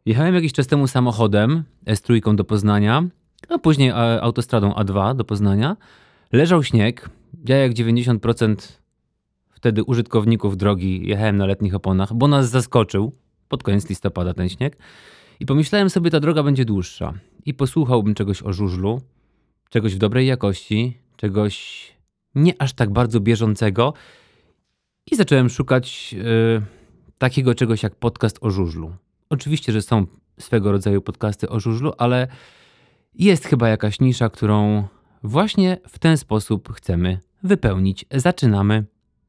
Jechałem jakiś czas temu samochodem S3 do Poznania, a później autostradą A2 do Poznania. Leżał śnieg. Ja jak 90% wtedy użytkowników drogi jechałem na letnich oponach, bo nas zaskoczył pod koniec listopada ten śnieg. I pomyślałem sobie, ta droga będzie dłuższa. I posłuchałbym czegoś o żużlu, czegoś w dobrej jakości, czegoś nie aż tak bardzo bieżącego. I zacząłem szukać takiego czegoś jak podcast o żużlu. Oczywiście, że są swego rodzaju podcasty o żużlu, ale jest chyba jakaś nisza, którą właśnie w ten sposób chcemy wypełnić. Zaczynamy.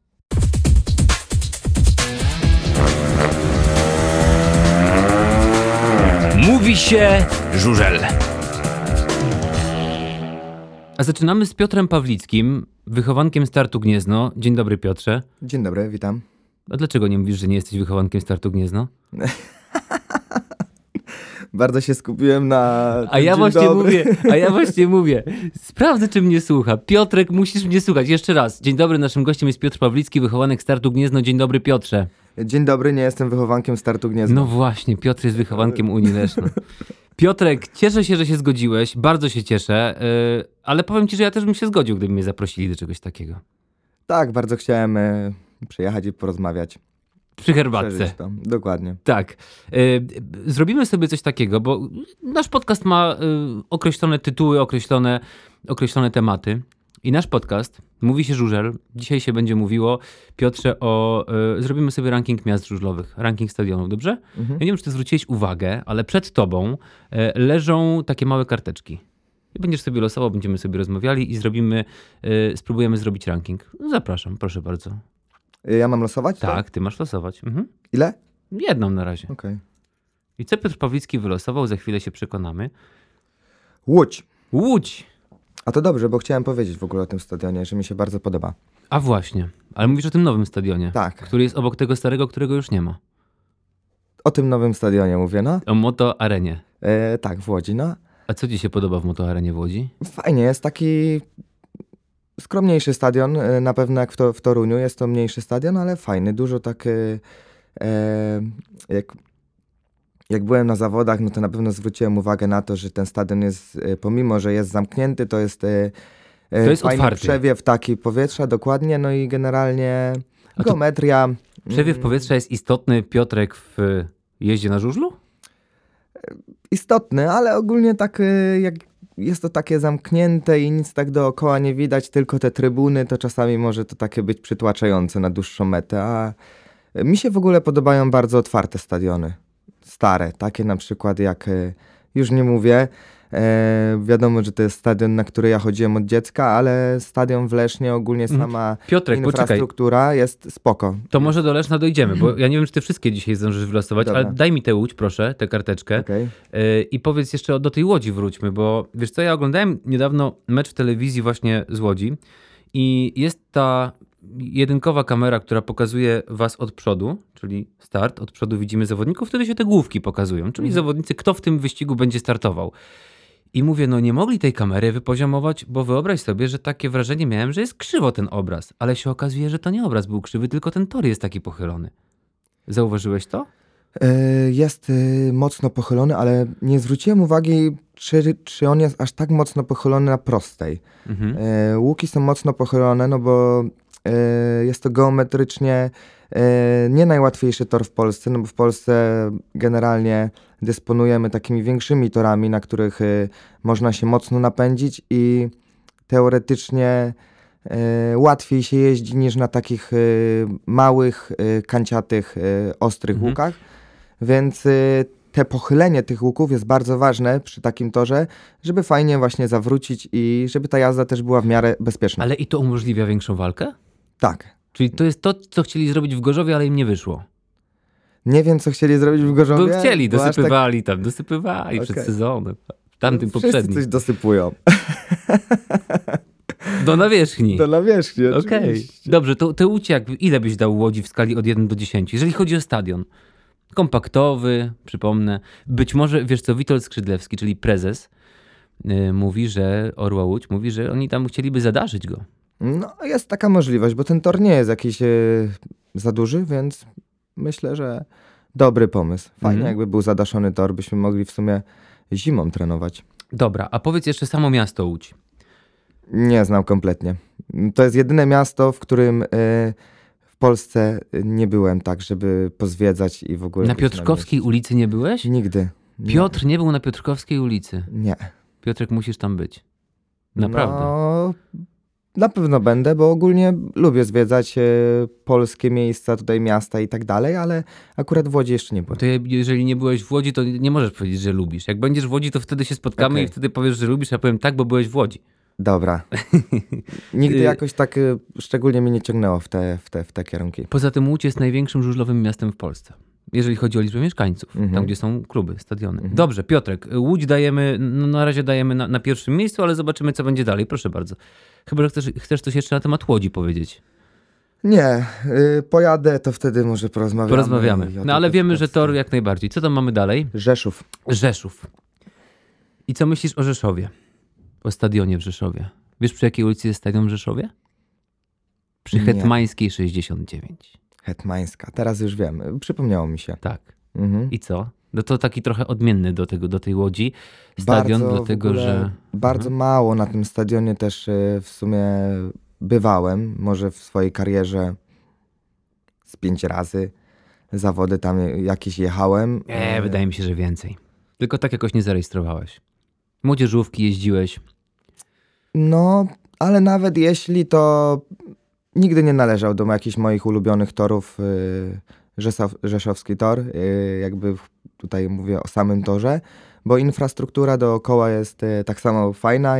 Mówi się żużel. A zaczynamy z Piotrem Pawlickim, wychowankiem Startu Gniezno. Dzień dobry, Piotrze. Dzień dobry, witam. A dlaczego nie mówisz, że nie jesteś wychowankiem Startu Gniezno? Bardzo się skupiłem na A ja właśnie mówię, sprawdzę, czy mnie słucha. Piotrek, musisz mnie słuchać. Jeszcze raz. Dzień dobry, naszym gościem jest Piotr Pawlicki, wychowanek Startu Gniezno. Dzień dobry, Piotrze. Dzień dobry, nie jestem wychowankiem Startu Gniezno. No właśnie, Piotr jest wychowankiem Unii Leszno. Piotrek, cieszę się, że się zgodziłeś. Bardzo się cieszę. Ale powiem ci, że ja też bym się zgodził, gdyby mnie zaprosili do czegoś takiego. Tak, bardzo chciałem przyjechać i porozmawiać. Przy herbatce. Przeżyć to. Dokładnie. Tak. Zrobimy sobie coś takiego, bo nasz podcast ma określone tytuły, określone tematy. I nasz podcast mówi się żużel. Dzisiaj się będzie mówiło, Piotrze, zrobimy sobie ranking miast żużlowych, ranking stadionów, dobrze? Ja nie wiem, czy ty zwróciłeś uwagę, ale przed tobą leżą takie małe karteczki. I będziesz sobie losował, będziemy sobie rozmawiali i spróbujemy zrobić ranking. No, zapraszam, proszę bardzo. Ja mam losować? Tak, ty masz losować. Mhm. Ile? Jedną na razie. Okej. I co Piotr Pawlicki wylosował, za chwilę się przekonamy. Łódź. Łódź! A to dobrze, bo chciałem powiedzieć w ogóle o tym stadionie, że mi się bardzo podoba. A właśnie, ale mówisz o tym nowym stadionie, Tak. który jest obok tego starego, którego już nie ma. O tym nowym stadionie mówię, no. O Moto Arenie. Tak, w Łodzi, no. A co ci się podoba w Moto Arenie w Łodzi? Fajnie, jest taki skromniejszy stadion, na pewno jak w Toruniu, jest to mniejszy stadion, ale fajny, dużo tak jak byłem na zawodach, no to na pewno zwróciłem uwagę na to, że ten stadion jest, pomimo że jest zamknięty, to jest jest fajny otwarty. przewiew taki powietrza, dokładnie, no i generalnie geometria. Przewiew powietrza jest istotny, Piotrek, w jeździe na żużlu? Istotny, ale ogólnie tak jak jest to takie zamknięte i nic tak dookoła nie widać, tylko te trybuny, to czasami może to takie być przytłaczające na dłuższą metę, a mi się w ogóle podobają bardzo otwarte stadiony. Stare, takie na przykład jak, już nie mówię, wiadomo, że to jest stadion, na który ja chodziłem od dziecka, ale stadion w Lesznie, ogólnie sama Piotrek, infrastruktura jest spoko. To może do Leszna dojdziemy, bo ja nie wiem, czy ty wszystkie dzisiaj zdążysz wylosować, Dobra. ale daj mi tę Łódź, proszę, tę karteczkę. Okay. I powiedz jeszcze do tej Łodzi wróćmy, bo wiesz co, ja oglądałem niedawno mecz w telewizji właśnie z Łodzi i jest ta jedynkowa kamera, która pokazuje was od przodu, czyli start, od przodu widzimy zawodników, wtedy się te główki pokazują, czyli zawodnicy, kto w tym wyścigu będzie startował. I mówię, no nie mogli tej kamery wypoziomować, bo wyobraź sobie, że takie wrażenie miałem, że jest krzywo ten obraz, ale się okazuje, że to nie obraz był krzywy, tylko ten tor jest taki pochylony. Zauważyłeś to? Jest mocno pochylony, ale nie zwróciłem uwagi, czy on jest aż tak mocno pochylony na prostej. Łuki są mocno pochylone, no bo jest to geometrycznie nie najłatwiejszy tor w Polsce, no bo w Polsce generalnie dysponujemy takimi większymi torami, na których można się mocno napędzić i teoretycznie łatwiej się jeździ niż na takich małych, kanciatych, ostrych łukach, więc te pochylenie tych łuków jest bardzo ważne przy takim torze, żeby fajnie właśnie zawrócić i żeby ta jazda też była w miarę bezpieczna. Ale i to umożliwia większą walkę? Tak. Czyli to jest to, co chcieli zrobić w Gorzowie, ale im nie wyszło. Nie wiem, co chcieli zrobić w Gorzowie. Bo chcieli, dosypywali przed sezonem. W tamtym poprzednim. Wszyscy coś dosypują. Do nawierzchni. Do nawierzchni, Okej. oczywiście. Dobrze, to te Łucie, ile byś dał Łodzi w skali od 1 do 10? Jeżeli chodzi o stadion. Kompaktowy, przypomnę. Być może, wiesz co, Witold Skrzydlewski, czyli prezes, mówi, że Orła Łódź mówi, że oni tam chcieliby zadarzyć go. No, jest taka możliwość, bo ten tor nie jest jakiś za duży, więc myślę, że Dobry pomysł. Fajnie, Mhm. jakby był zadaszony tor, byśmy mogli w sumie zimą trenować. Dobra, a powiedz jeszcze samo miasto Łódź. Nie znam kompletnie. To jest jedyne miasto, w którym w Polsce nie byłem tak, żeby pozwiedzać i w ogóle Na być Piotrkowskiej mieście. ulicy nie byłeś? Nigdy. Nie. Piotr nie był na Piotrkowskiej ulicy. Nie. Piotrek, musisz tam być. Naprawdę. No, na pewno będę, bo ogólnie lubię zwiedzać polskie miejsca, tutaj miasta i tak dalej, ale akurat w Łodzi jeszcze nie byłem. To jeżeli nie byłeś w Łodzi, to nie możesz powiedzieć, że lubisz. Jak będziesz w Łodzi, to wtedy się spotkamy Okej. i wtedy powiesz, że lubisz, a powiem tak, bo byłeś w Łodzi. Dobra. Nigdy jakoś tak szczególnie mnie nie ciągnęło w te kierunki. Poza tym Łódź jest największym żużlowym miastem w Polsce. Jeżeli chodzi o liczbę mieszkańców, Mhm. tam gdzie są kluby, stadiony. Dobrze, Piotrek, Łódź dajemy, no na razie dajemy na pierwszym miejscu, ale zobaczymy, co będzie dalej. Proszę bardzo. Chyba, że chcesz coś jeszcze na temat Łodzi powiedzieć. Nie, pojadę, to wtedy może porozmawiamy. Porozmawiamy. i o No ale tej wiemy, że Piotrkowskiej. tor jak najbardziej. Co tam mamy dalej? Rzeszów. Rzeszów. I co myślisz o Rzeszowie? O stadionie w Rzeszowie. Wiesz, przy jakiej ulicy jest stadion w Rzeszowie? Przy Nie. Hetmańskiej 69. Hetmańska. Teraz już wiem. Przypomniało mi się. Tak. Mhm. I co? No to taki trochę odmienny do tej Łodzi stadion, Bardzo dlatego w ogóle, że... Bardzo mało na tym stadionie też w sumie bywałem. Może w swojej karierze z 5 razy zawody tam jakieś jechałem. Wydaje mi się, że więcej. Tylko tak jakoś nie zarejestrowałeś. Młodzieżówki jeździłeś. No, ale nawet jeśli, to nigdy nie należał do jakichś moich ulubionych torów. Rzeszowski tor, jakby tutaj mówię o samym torze, bo infrastruktura dookoła jest tak samo fajna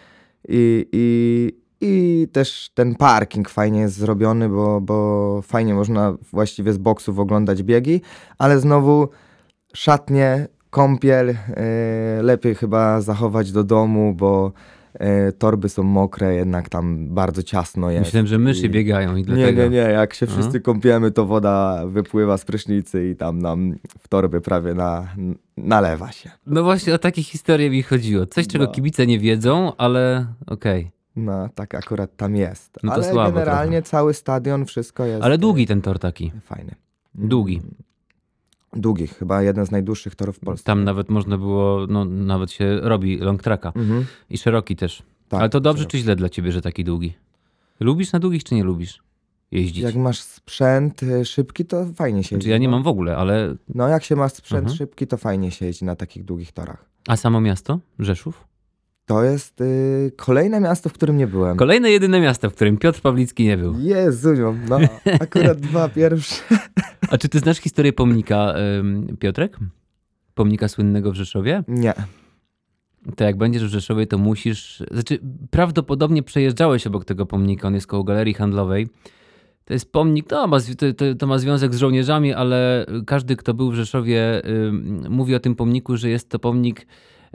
i też ten parking fajnie jest zrobiony, bo fajnie można właściwie z boksów oglądać biegi, ale znowu szatnie, kąpiel lepiej chyba zachować do domu, bo torby są mokre, jednak tam bardzo ciasno jest. Myślałem, że myszy I- biegają i dlatego... nie, jak się Aha. wszyscy kąpiemy, to woda wypływa z prysznicy i tam nam w torby prawie nalewa się. No właśnie o takie historie mi chodziło. Coś, czego No. kibice nie wiedzą, ale okej. No, tak akurat tam jest. No to Ale słabo generalnie trochę. cały stadion, wszystko jest Ale długi ten tor taki. fajny. Długi. Długi, chyba jeden z najdłuższych torów w Polsce. Tam nawet można było, no nawet się robi long tracka. Mhm. I szeroki też. Tak, Ale to dobrze szeroki. czy źle dla ciebie, że taki długi? Lubisz na długich czy nie lubisz jeździć? Jak masz sprzęt szybki, to fajnie się Znaczy jeździ. ja nie no. mam w ogóle, ale... No jak się ma sprzęt Mhm. szybki, to fajnie się jeździ na takich długich torach. A samo miasto? Rzeszów? To jest kolejne miasto, w którym nie byłem. Kolejne jedyne miasto, w którym Piotr Pawlicki nie był. Jezuniu, no akurat dwa pierwsze. A czy ty znasz historię pomnika, Piotrek? Pomnika słynnego w Rzeszowie? Nie. To jak będziesz w Rzeszowie, to musisz... Znaczy, prawdopodobnie przejeżdżałeś obok tego pomnika, on jest koło galerii handlowej. To jest pomnik, to ma związek z żołnierzami, ale każdy, kto był w Rzeszowie, mówi o tym pomniku, że jest to pomnik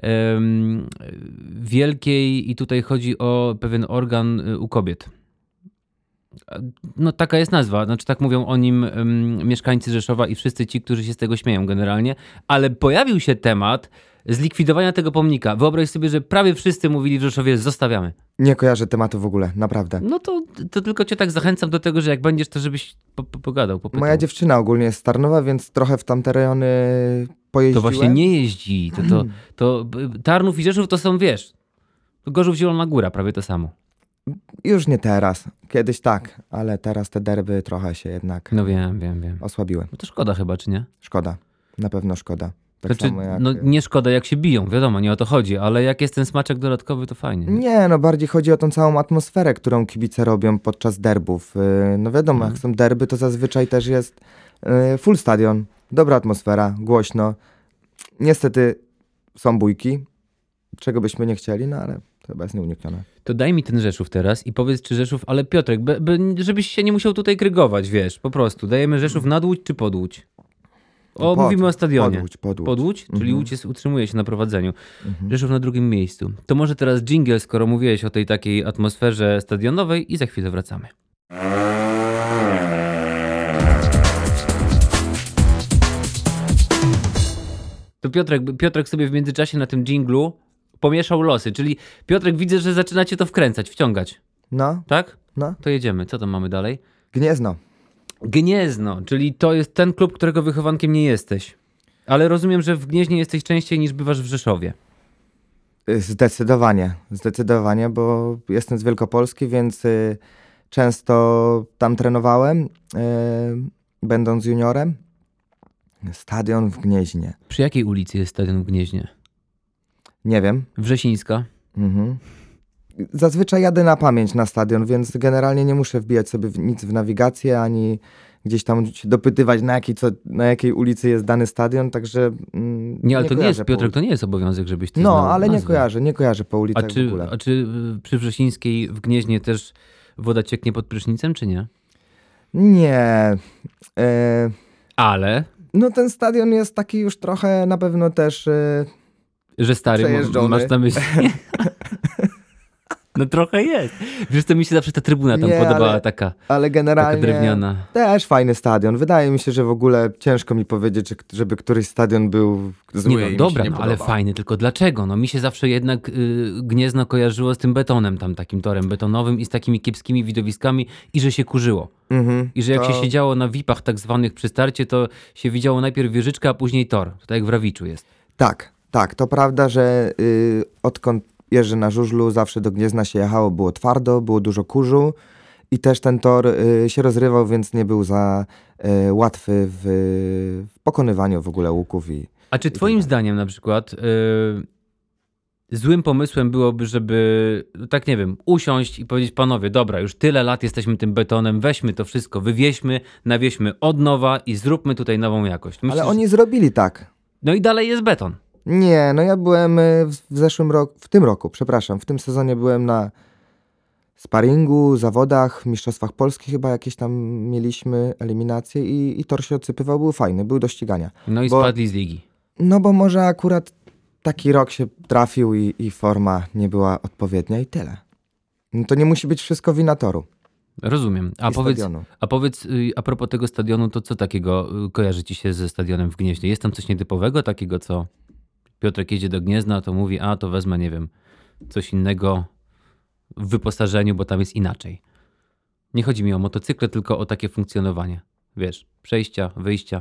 wielkiej i tutaj chodzi o pewien organ u kobiet. No taka jest nazwa, znaczy tak mówią o nim mieszkańcy Rzeszowa i wszyscy ci, którzy się z tego śmieją generalnie, ale pojawił się temat zlikwidowania tego pomnika. Wyobraź sobie, że prawie wszyscy mówili w Rzeszowie, zostawiamy. Nie kojarzę tematu w ogóle, naprawdę. No to tylko cię tak zachęcam do tego, że jak będziesz, to żebyś pogadał, popytał. Moja dziewczyna ogólnie jest z Tarnowa, więc trochę w tamte rejony pojeździłem. To właśnie nie jeździ. To Tarnów i Rzeszów to są, wiesz, to Gorzów Zielona Góra, prawie to samo. Już nie teraz. Kiedyś tak, ale teraz te derby trochę się jednak No wiem. osłabiły. No to szkoda chyba, czy nie? Szkoda. Na pewno szkoda. Tak Znaczy, samo jak... no nie szkoda jak się biją, wiadomo, nie o to chodzi, ale jak jest ten smaczek dodatkowy, to fajnie. Nie, no bardziej chodzi o tą całą atmosferę, którą kibice robią podczas derbów. No wiadomo, jak są derby, to zazwyczaj też jest full stadion, dobra atmosfera, głośno. Niestety są bójki, czego byśmy nie chcieli, no ale to chyba jest nieuniknione. To daj mi ten Rzeszów teraz i powiedz, czy Rzeszów, ale Piotrek, żebyś się nie musiał tutaj krygować, wiesz, po prostu. Dajemy Rzeszów nad Łódź czy pod Łódź? Mówimy o stadionie. Podłódź. Pod Łódź? Czyli Mhm. Łódź utrzymuje się na prowadzeniu. Rzeszów na drugim miejscu. To może teraz dżingiel, skoro mówiłeś o tej takiej atmosferze stadionowej i za chwilę wracamy. To Piotrek sobie w międzyczasie na tym dżinglu pomieszał losy, czyli Piotrek, widzę, że zaczynacie to wkręcać, wciągać, No, tak? no. To jedziemy. Co tam mamy dalej? Gniezno. Gniezno, czyli to jest ten klub, którego wychowankiem nie jesteś. Ale rozumiem, że w Gnieźnie jesteś częściej niż bywasz w Rzeszowie. Zdecydowanie, bo jestem z Wielkopolski, więc często tam trenowałem, będąc juniorem. Stadion w Gnieźnie. Przy jakiej ulicy jest stadion w Gnieźnie? Nie wiem. Wrzesińska? Mhm. Zazwyczaj jadę na pamięć na stadion, więc generalnie nie muszę wbijać sobie nic w nawigację, ani gdzieś tam się dopytywać, na jakiej ulicy jest dany stadion, także Nie, ale to nie jest, kojarzę Piotrek, po to nie jest obowiązek, żebyś ty No, znał ale nazwę. nie kojarzę po ulicach w ogóle. A czy przy Wrzesińskiej w Gnieźnie też woda cieknie pod prysznicem, czy nie? Nie. E, Ale, no ten stadion jest taki już trochę na pewno też... że stary, Przejeżdżony. masz na myśli... No trochę jest. Wiesz, to mi się zawsze ta trybuna tam Nie, podobała, ale- taka Ale generalnie drewniana. też fajny stadion. Wydaje mi się, że w ogóle ciężko mi powiedzieć, żeby któryś stadion był zły Nie i no, mi dobra, się nie no, ale podobał. fajny, tylko dlaczego? No mi się zawsze jednak Gniezno kojarzyło z tym betonem tam, takim torem betonowym i z takimi kiepskimi widowiskami i że się kurzyło. Mhm, I że jak to- się siedziało na VIP-ach tak zwanych przy starcie, to się widziało najpierw wieżyczkę, a później tor. To tak jak w Rawiczu jest. Tak, to prawda, że odkąd jeżdżę na żużlu, zawsze do Gniezna się jechało, było twardo, było dużo kurzu i też ten tor się rozrywał, więc nie był za łatwy w pokonywaniu w ogóle łuków i A czy twoim zdaniem na przykład złym pomysłem byłoby, żeby, tak nie wiem, usiąść i powiedzieć, panowie, dobra, już tyle lat jesteśmy tym betonem, weźmy to wszystko, wywieźmy, nawieźmy od nowa i zróbmy tutaj nową jakość. Myślisz, Ale oni zrobili tak. No i dalej jest beton. Nie, no ja byłem w zeszłym roku, w tym sezonie byłem na sparingu, zawodach, mistrzostwach Polski chyba jakieś tam mieliśmy eliminacje i tor się odsypywał, był fajny, był do ścigania. No i Bo- spadli z ligi. No bo może akurat taki rok się trafił i forma nie była odpowiednia i tyle. No to nie musi być wszystko wina toru Rozumiem. i stadionu. A powiedz, a propos tego stadionu, to co takiego kojarzy ci się ze stadionem w Gnieźnie? Jest tam coś nietypowego, takiego co Piotrek jedzie do Gniezna, to mówi, a to wezmę, nie wiem, coś innego w wyposażeniu, bo tam jest inaczej. Nie chodzi mi o motocykle, tylko o takie funkcjonowanie. Wiesz, przejścia, wyjścia.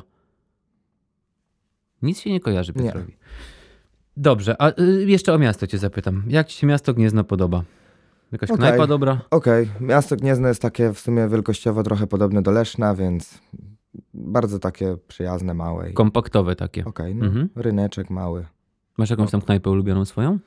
Nic się nie kojarzy Nie. Piotrowi. Dobrze, a jeszcze o miasto cię zapytam. Jak ci się miasto Gniezno podoba? Jakaś Okej. knajpa dobra? Okej, miasto Gniezno jest takie w sumie wielkościowo trochę podobne do Leszna, więc bardzo takie przyjazne, małe. Kompaktowe takie. Okej, no, Mhm. ryneczek mały. Masz jakąś tam knajpę ulubioną swoją?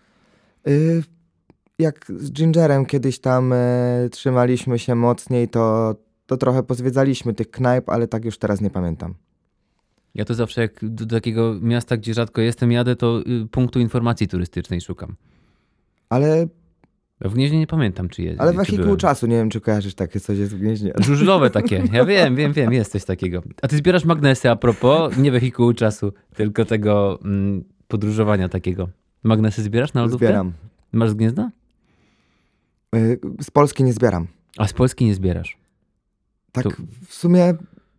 Jak z Gingerem kiedyś tam trzymaliśmy się mocniej, to trochę pozwiedzaliśmy tych knajp, ale tak już teraz nie pamiętam. Ja to zawsze jak do takiego miasta, gdzie rzadko jestem, jadę, to punktu informacji turystycznej szukam. Ale, A w Gnieźnie nie pamiętam, czy jest. ale czy wehikuł byłem. czasu, nie wiem czy kojarzysz takie coś jest w Gnieźnie. Żużlowe takie. Ja wiem, jest coś takiego. A ty zbierasz magnesy a propos, nie wehikułu czasu, tylko tego podróżowania takiego. Magnesy zbierasz na lodówkę? Zbieram. Masz z Gniezna? Z Polski nie zbieram. A z Polski nie zbierasz. Tak To- w sumie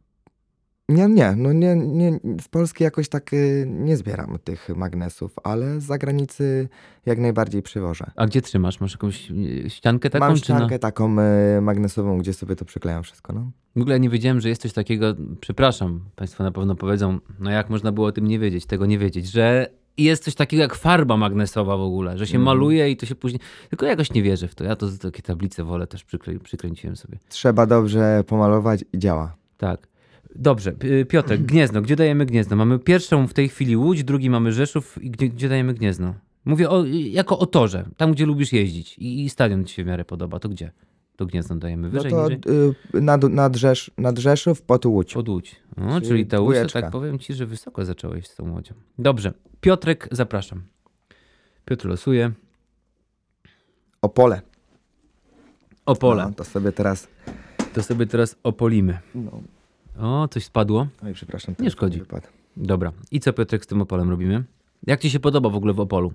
nie, z Polski jakoś tak nie zbieram tych magnesów, ale z zagranicy jak najbardziej przywożę. A gdzie trzymasz? Masz jakąś ściankę taką? Mam czy na... ściankę taką magnesową, gdzie sobie to przyklejam wszystko, no. W ogóle ja nie wiedziałem, że jest coś takiego, przepraszam, państwo na pewno powiedzą, no jak można było o tym nie wiedzieć, tego nie wiedzieć, że jest coś takiego jak farba magnesowa w ogóle, że się maluje i to się później... Tylko jakoś nie wierzę w to. Ja to takie tablice wolę też przykręciłem sobie. Trzeba dobrze pomalować i działa. Tak. Dobrze. Piotrek, Gniezno. Gdzie dajemy Gniezno? Mamy pierwszą w tej chwili Łódź, drugi mamy Rzeszów. I gdzie dajemy Gniezno? Mówię jako o torze. Tam, gdzie lubisz jeździć. I stadion ci się w miarę podoba. To gdzie? To Gniezno dajemy No wyżej, to niżej? nad Rzeszów, pod Łódź. Pod Łódź. O, Czyli czyli ta Łódź, to dwójeczka. tak powiem ci, że wysoko zacząłeś z tą Łodzią. Dobrze. Piotrek, zapraszam. Piotr losuje. Opole. Opole. No, to sobie teraz... To sobie teraz opolimy. No. O, coś spadło. Oj, przepraszam. Nie telefon szkodzi. wypadł. Dobra. I co, Piotrek, z tym Opolem robimy? Jak ci się podoba w ogóle w Opolu?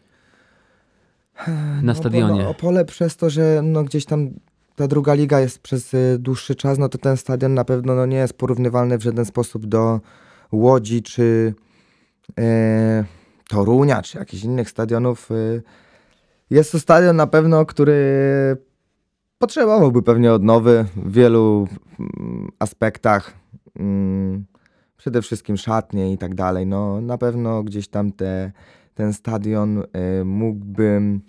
Na stadionie. Opole przez to, że no gdzieś tam ta druga liga jest przez dłuższy czas, no to ten stadion na pewno no, nie jest porównywalny w żaden sposób do Łodzi czy Torunia, czy jakichś innych stadionów. Jest to stadion na pewno, który Potrzebowałby pewnie odnowy w wielu aspektach. Przede wszystkim szatnie i tak dalej. No, na pewno gdzieś tam ten stadion mógłbym...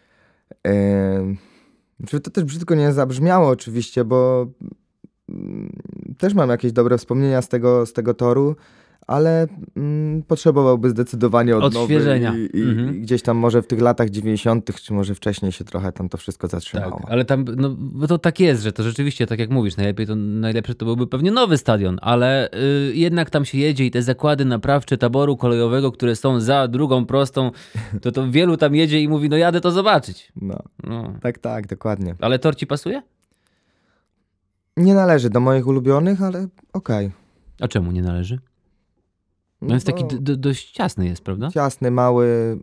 Żeby to też brzydko nie zabrzmiało oczywiście, bo też mam jakieś dobre wspomnienia z tego toru, ale potrzebowałby zdecydowanie odnowy Odświeżenia. i gdzieś tam może w tych latach 90., czy może wcześniej się trochę tam to wszystko zatrzymało. Tak, ale tam, no bo to tak jest, że to rzeczywiście, tak jak mówisz, najlepsze to byłby pewnie nowy stadion, ale jednak tam się jedzie i te zakłady naprawcze taboru kolejowego, które są za drugą prostą, to wielu tam jedzie i mówi, no jadę to zobaczyć. No, No. tak, dokładnie. Ale tor ci pasuje? Nie należy do moich ulubionych, ale okej. A czemu nie należy? No jest taki dość ciasny jest, prawda? Ciasny, mały.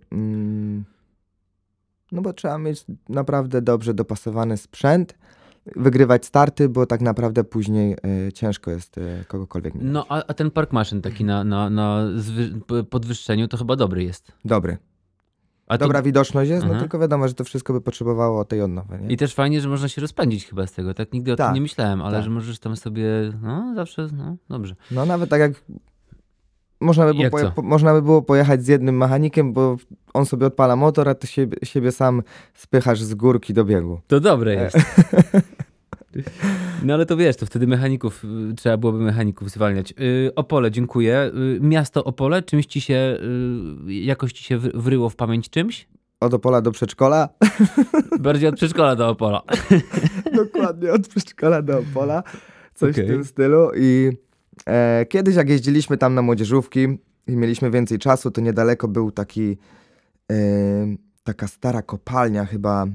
No bo trzeba mieć naprawdę dobrze dopasowany sprzęt, wygrywać starty, bo tak naprawdę później ciężko jest kogokolwiek minąć. No a ten park maszyn taki na podwyższeniu to chyba dobry jest. Dobry. A Dobra widoczność jest, no Aha. tylko wiadomo, że to wszystko by potrzebowało tej odnowy, nie? I też fajnie, że można się rozpędzić chyba z tego, tak? Nigdy o tym Tak, nie myślałem, ale tak. że możesz tam sobie, no zawsze, no dobrze. No nawet tak jak można by było, Jak co? można by było pojechać z jednym mechanikiem, bo on sobie odpala motor, a ty siebie sam spychasz z górki do biegu. To dobre jest. No ale to wiesz, to wtedy mechaników, trzeba byłoby mechaników zwalniać. Opole, dziękuję. Miasto Opole, czymś ci się, jakoś ci się wryło w pamięć czymś? Od Opola do przedszkola. Bardziej od przedszkola do Opola. Dokładnie, od przedszkola do Opola. Coś Okej. w tym stylu. I kiedyś jak jeździliśmy tam na młodzieżówki i mieliśmy więcej czasu, to niedaleko był taka stara kopalnia chyba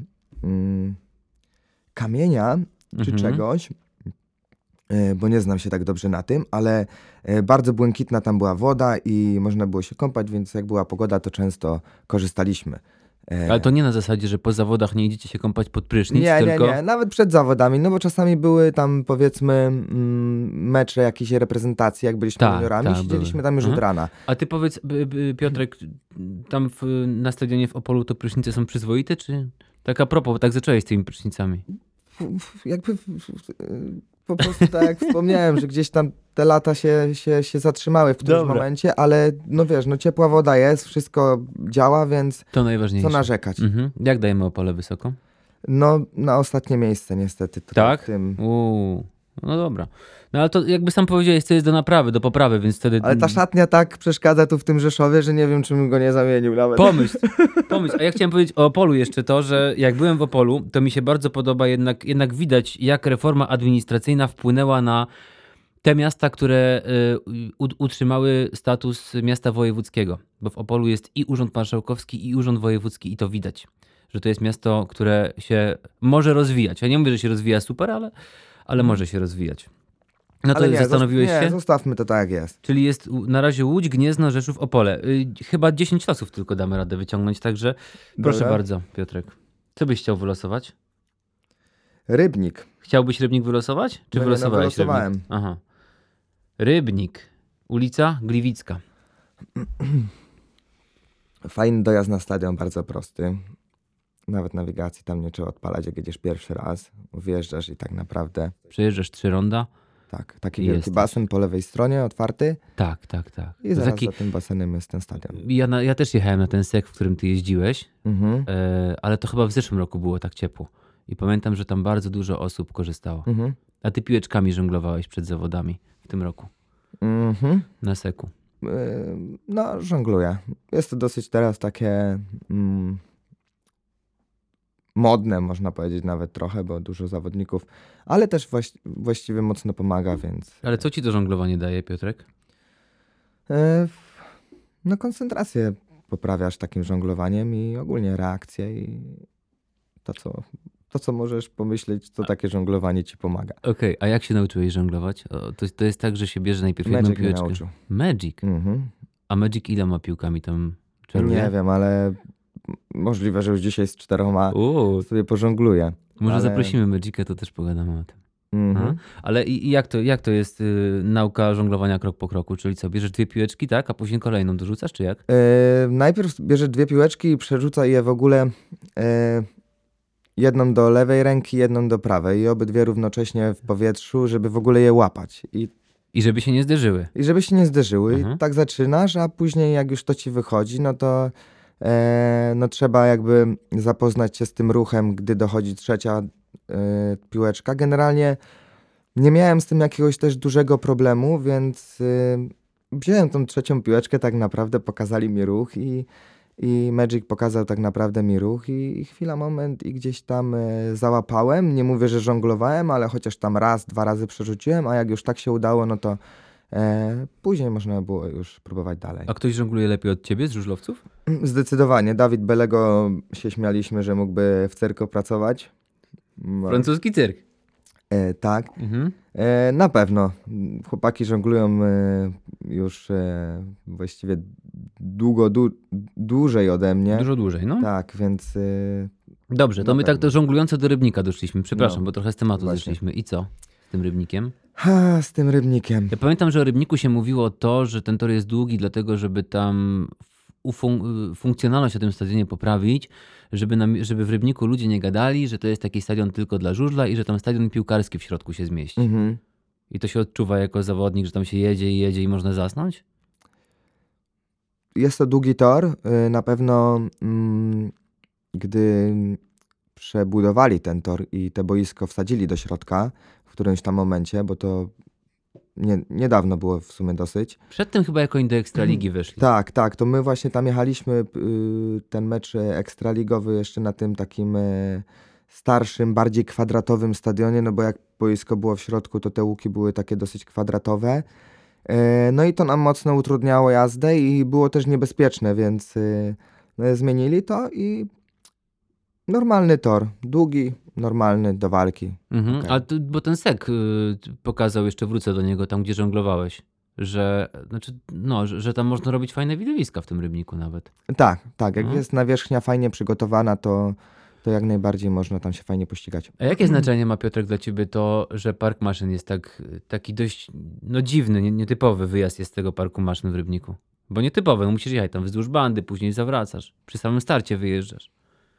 kamienia czy czegoś, bo nie znam się tak dobrze na tym, ale bardzo błękitna tam była woda i można było się kąpać, więc jak była pogoda, to często korzystaliśmy. Ale to nie na zasadzie, że po zawodach nie idziecie się kąpać pod prysznic, tylko... Nie, nawet przed zawodami, no bo czasami były tam powiedzmy mecze jakiejś reprezentacji, jak byliśmy Tak, juniorami, tak, siedzieliśmy były. tam już od Mhm. rana. A ty powiedz, Piotrek, tam na stadionie w Opolu to prysznice są przyzwoite, czy... Tak a propos, bo tak zacząłeś z tymi prysznicami. Jakby po prostu tak jak wspomniałem, że gdzieś tam te lata się zatrzymały w którymś Dobra. momencie, ale no wiesz, no ciepła woda jest, wszystko działa, więc To najważniejsze. co narzekać. Mhm. Jak dajemy Opole wysoko? No na ostatnie miejsce niestety. trochę Tak? w tym. No dobra. No ale to jakby sam powiedziałeś, to jest do naprawy, do poprawy, więc wtedy... Ale ta szatnia tak przeszkadza tu w tym Rzeszowie, że nie wiem, czy bym go nie zamienił nawet. Pomyśl. A ja chciałem powiedzieć o Opolu jeszcze to, że jak byłem w Opolu, to mi się bardzo podoba, jednak widać, jak reforma administracyjna wpłynęła na te miasta, które utrzymały status miasta wojewódzkiego. Bo w Opolu jest i Urząd Marszałkowski, i Urząd Wojewódzki i to widać, że to jest miasto, które się może rozwijać. Ja nie mówię, że się rozwija super, ale może się rozwijać. No to Ale nie, zastanowiłeś się? zostawmy to tak jak jest. Czyli jest na razie Łódź, Gniezno, Rzeszów, Opole. Chyba 10 losów tylko damy radę wyciągnąć, także proszę Dobra. bardzo, Piotrek. Co byś chciał wylosować? Rybnik. Chciałbyś Rybnik wylosować? Czy No nie, wylosowałeś wylosowałem. Rybnik? Aha. Rybnik. Ulica Gliwicka. Fajny dojazd na stadion, bardzo prosty. Nawet nawigacji tam nie trzeba odpalać, jak jedziesz pierwszy raz. Wjeżdżasz i tak naprawdę, Przejeżdżasz 3 ronda. tak, taki I wielki jesteś. basen po lewej stronie, otwarty Tak. i To zaraz taki, za tym basenem jest ten stadion. ja też jechałem na ten sek, w którym ty jeździłeś, Mhm. ale to chyba w zeszłym roku było tak ciepło. I pamiętam, że tam bardzo dużo osób korzystało. Mhm. A ty piłeczkami żonglowałeś przed zawodami w tym roku. Mhm. Na seku. No, żongluję. Jest to dosyć teraz takie modne, można powiedzieć nawet trochę, bo dużo zawodników, ale też właściwie mocno pomaga, więc Ale co ci to żonglowanie daje, Piotrek? no koncentrację poprawiasz takim żonglowaniem i ogólnie reakcję i to, co możesz pomyśleć, to takie żonglowanie ci pomaga. Okej, a jak się nauczyłeś żonglować? To jest tak, że się bierze najpierw jedną Magic mnie piłeczkę. nauczył. Magic? Mhm. A Magic iloma piłkami tam czaruje? Nie wiem, ale możliwe, że już dzisiaj z 4 sobie pożongluję. Może ale- zaprosimy Magica, to też pogadamy o tym. Mhm. Ale i jak to jest nauka żonglowania krok po kroku? Czyli co, bierzesz 2 piłeczki, tak? A później kolejną dorzucasz, czy jak? Najpierw bierze 2 piłeczki i przerzuca je w ogóle jedną do lewej ręki, jedną do prawej i obydwie równocześnie w powietrzu, żeby w ogóle je łapać. I żeby się nie zderzyły. I żeby się nie zderzyły. Mhm. I tak zaczynasz, a później jak już to ci wychodzi, no to no trzeba jakby zapoznać się z tym ruchem, gdy dochodzi trzecia piłeczka. Generalnie nie miałem z tym jakiegoś też dużego problemu, więc wziąłem tą trzecią piłeczkę, tak naprawdę pokazali mi ruch i Magic pokazał tak naprawdę mi ruch i chwila, moment i gdzieś tam załapałem. Nie mówię, że żonglowałem, ale chociaż tam raz, 2 razy przerzuciłem, a jak już tak się udało, no to później można było już próbować dalej. A ktoś żongluje lepiej od ciebie z żużlowców? Zdecydowanie. Dawid Belego się śmialiśmy, że mógłby w cyrku pracować. Francuski cyrk. Tak. Mhm. Na pewno. Chłopaki żonglują już właściwie dłużej ode mnie. Dużo dłużej, no. Tak, więc Dobrze, to na my tak pewno. to żonglująco do Rybnika doszliśmy. Przepraszam, No, bo trochę z tematu właśnie. zeszliśmy. I co z tym Rybnikiem? z tym Rybnikiem. Ja pamiętam, że o Rybniku się mówiło to, że ten tor jest długi, dlatego żeby tam funkcjonalność na tym stadionie poprawić, żeby w Rybniku ludzie nie gadali, że to jest taki stadion tylko dla żużla i że tam stadion piłkarski w środku się zmieści. Mhm. I to się odczuwa jako zawodnik, że tam się jedzie i można zasnąć? Jest to długi tor. Na pewno gdy przebudowali ten tor i te boisko wsadzili do środka w którymś tam momencie, bo to niedawno było w sumie dosyć. Przedtem chyba jako do Ekstraligi weszli. Tak, to my właśnie tam jechaliśmy ten mecz ekstraligowy jeszcze na tym takim starszym, bardziej kwadratowym stadionie, no bo jak boisko było w środku, to te łuki były takie dosyć kwadratowe. No i to nam mocno utrudniało jazdę i było też niebezpieczne, więc zmienili to i normalny tor, długi, normalny do walki. Mhm. Okej. Ale bo ten Sek pokazał, jeszcze wrócę do niego, tam gdzie żonglowałeś, że, że tam można robić fajne widowiska w tym Rybniku nawet. Tak, jak No. jest nawierzchnia fajnie przygotowana, to jak najbardziej można tam się fajnie pościgać. A jakie znaczenie ma, Piotrek, dla ciebie to, że Park Maszyn jest taki dość dziwny, nietypowy wyjazd jest z tego Parku Maszyn w Rybniku? Bo nietypowy, no musisz jechać tam wzdłuż bandy, później zawracasz. Przy samym starcie wyjeżdżasz.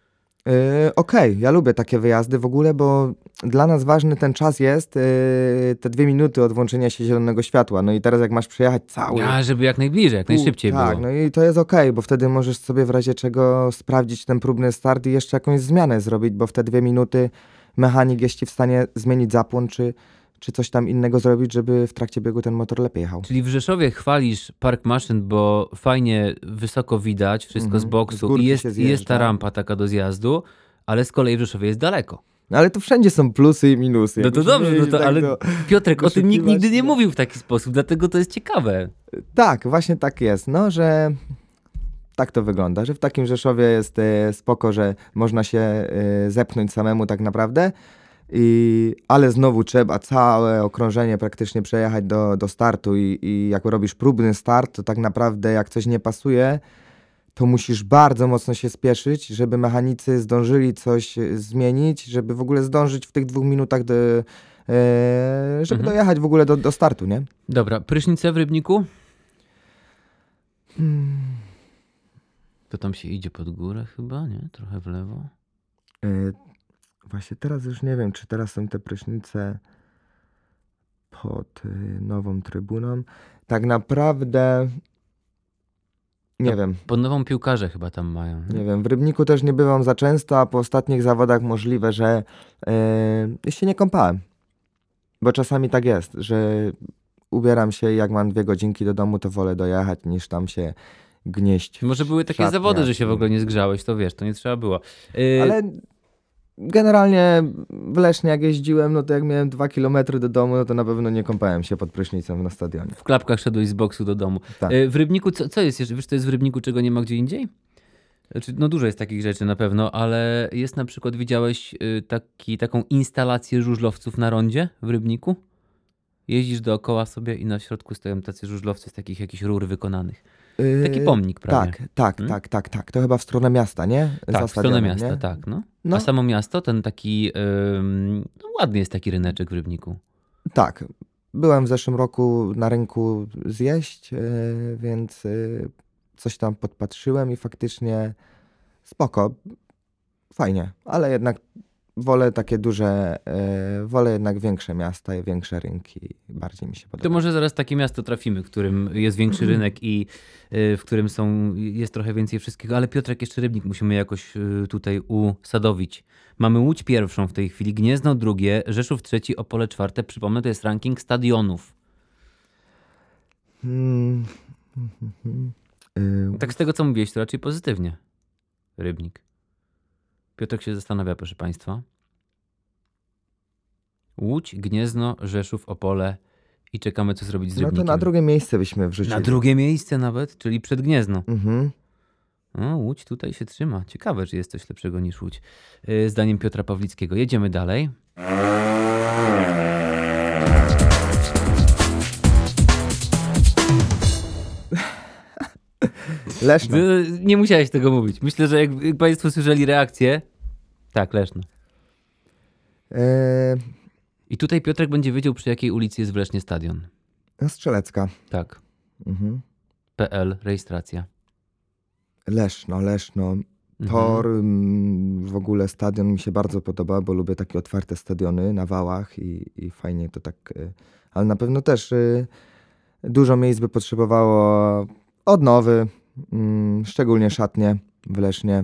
Okej, ja lubię takie wyjazdy w ogóle, bo dla nas ważny ten czas jest, te 2 minuty od włączenia się zielonego światła. No i teraz jak masz przejechać cały... A, żeby jak najbliżej, jak najszybciej tak, było. no i to jest okej, bo wtedy możesz sobie w razie czego sprawdzić ten próbny start i jeszcze jakąś zmianę zrobić, bo w te 2 minuty mechanik jest ci w stanie zmienić zapłon, czy coś tam innego zrobić, żeby w trakcie biegu ten motor lepiej jechał. Czyli w Rzeszowie chwalisz Park Maszyn, bo fajnie wysoko widać wszystko z Z boksu górki i się jest ta zjeżdża. rampa taka do zjazdu, ale z kolei w Rzeszowie jest daleko. No ale to wszędzie są plusy i minusy. No to Jakbyś dobrze, mieli tak ale Piotrek, o tym nikt wyszukiwać, nigdy nie no. mówił w taki sposób, dlatego to jest ciekawe. Tak, właśnie tak jest, no, że tak to wygląda, że w takim Rzeszowie jest spoko, że można się zepchnąć samemu tak naprawdę, ale znowu trzeba całe okrążenie praktycznie przejechać do startu i jak robisz próbny start, to tak naprawdę jak coś nie pasuje, to musisz bardzo mocno się spieszyć, żeby mechanicy zdążyli coś zmienić, żeby w ogóle zdążyć w tych 2 minutach, żeby dojechać w ogóle do startu, nie? Dobra, prysznice w Rybniku? To tam się idzie pod górę chyba, nie? Trochę w lewo. Właśnie teraz już nie wiem, czy teraz są te prysznice pod nową trybuną. Tak naprawdę nie wiem. Pod nową piłkarze chyba tam mają. Nie wiem, w Rybniku też nie bywam za często, a po ostatnich zawodach możliwe, że się nie kąpałem. Bo czasami tak jest, że ubieram się i jak mam 2 godzinki do domu, to wolę dojechać niż tam się gnieść. Może były takie szatniach zawody, że się w i- ogóle nie zgrzałeś, to wiesz, to nie trzeba było. Ale generalnie w Lesznie jak jeździłem, no to jak miałem 2 kilometry do domu, no to na pewno nie kąpałem się pod prysznicem na stadionie. W klapkach szedłeś z boksu do domu. Tak. W Rybniku, co jest jeszcze? Wiesz, co jest w Rybniku, czego nie ma gdzie indziej? Znaczy, no dużo jest takich rzeczy na pewno, ale jest na przykład, widziałeś taką instalację żużlowców na rondzie w Rybniku? Jeździsz dookoła sobie i na środku stoją tacy żużlowcy z takich jakichś rur wykonanych. Taki pomnik prawie. Tak. To chyba w stronę miasta, nie? Tak, Za w stronę stadionem, miasta, nie? tak. No. No. A samo miasto, ten taki, ładny jest taki ryneczek w Rybniku. Tak. Byłem w zeszłym roku na rynku zjeść, więc coś tam podpatrzyłem i faktycznie spoko, fajnie, ale jednak wolę takie duże, wolę jednak większe miasta i większe rynki. Bardziej mi się To podoba. może zaraz takie miasto trafimy, w którym jest większy rynek i w którym jest trochę więcej wszystkiego. Ale Piotrek, jeszcze Rybnik musimy jakoś tutaj usadowić. Mamy Łódź pierwszą w tej chwili, Gniezno drugie, Rzeszów trzeci, Opole czwarte. Przypomnę, to jest ranking stadionów. Hmm. Tak z tego, co mówiłeś, to raczej pozytywnie. Rybnik. Piotrek się zastanawia, proszę państwa. Łódź, Gniezno, Rzeszów, Opole i czekamy, co zrobić z No Rybnikiem. to na drugie miejsce byśmy wrzucili. Na drugie miejsce nawet, czyli przed Gniezno. Mhm. No, Łódź tutaj się trzyma. Ciekawe, czy jest coś lepszego niż Łódź. Zdaniem Piotra Pawlickiego. Jedziemy dalej. Leszno. Nie musiałeś tego mówić. Myślę, że jak państwo słyszeli reakcję... Tak, Leszno. E, I tutaj Piotrek będzie wiedział, przy jakiej ulicy jest w Lesznie stadion. Strzelecka. Tak. Mhm. PL, rejestracja. Leszno. Tor, w ogóle stadion mi się bardzo podoba, bo lubię takie otwarte stadiony na wałach i fajnie to tak. Ale na pewno też dużo miejsc by potrzebowało odnowy, szczególnie szatnie w Lesznie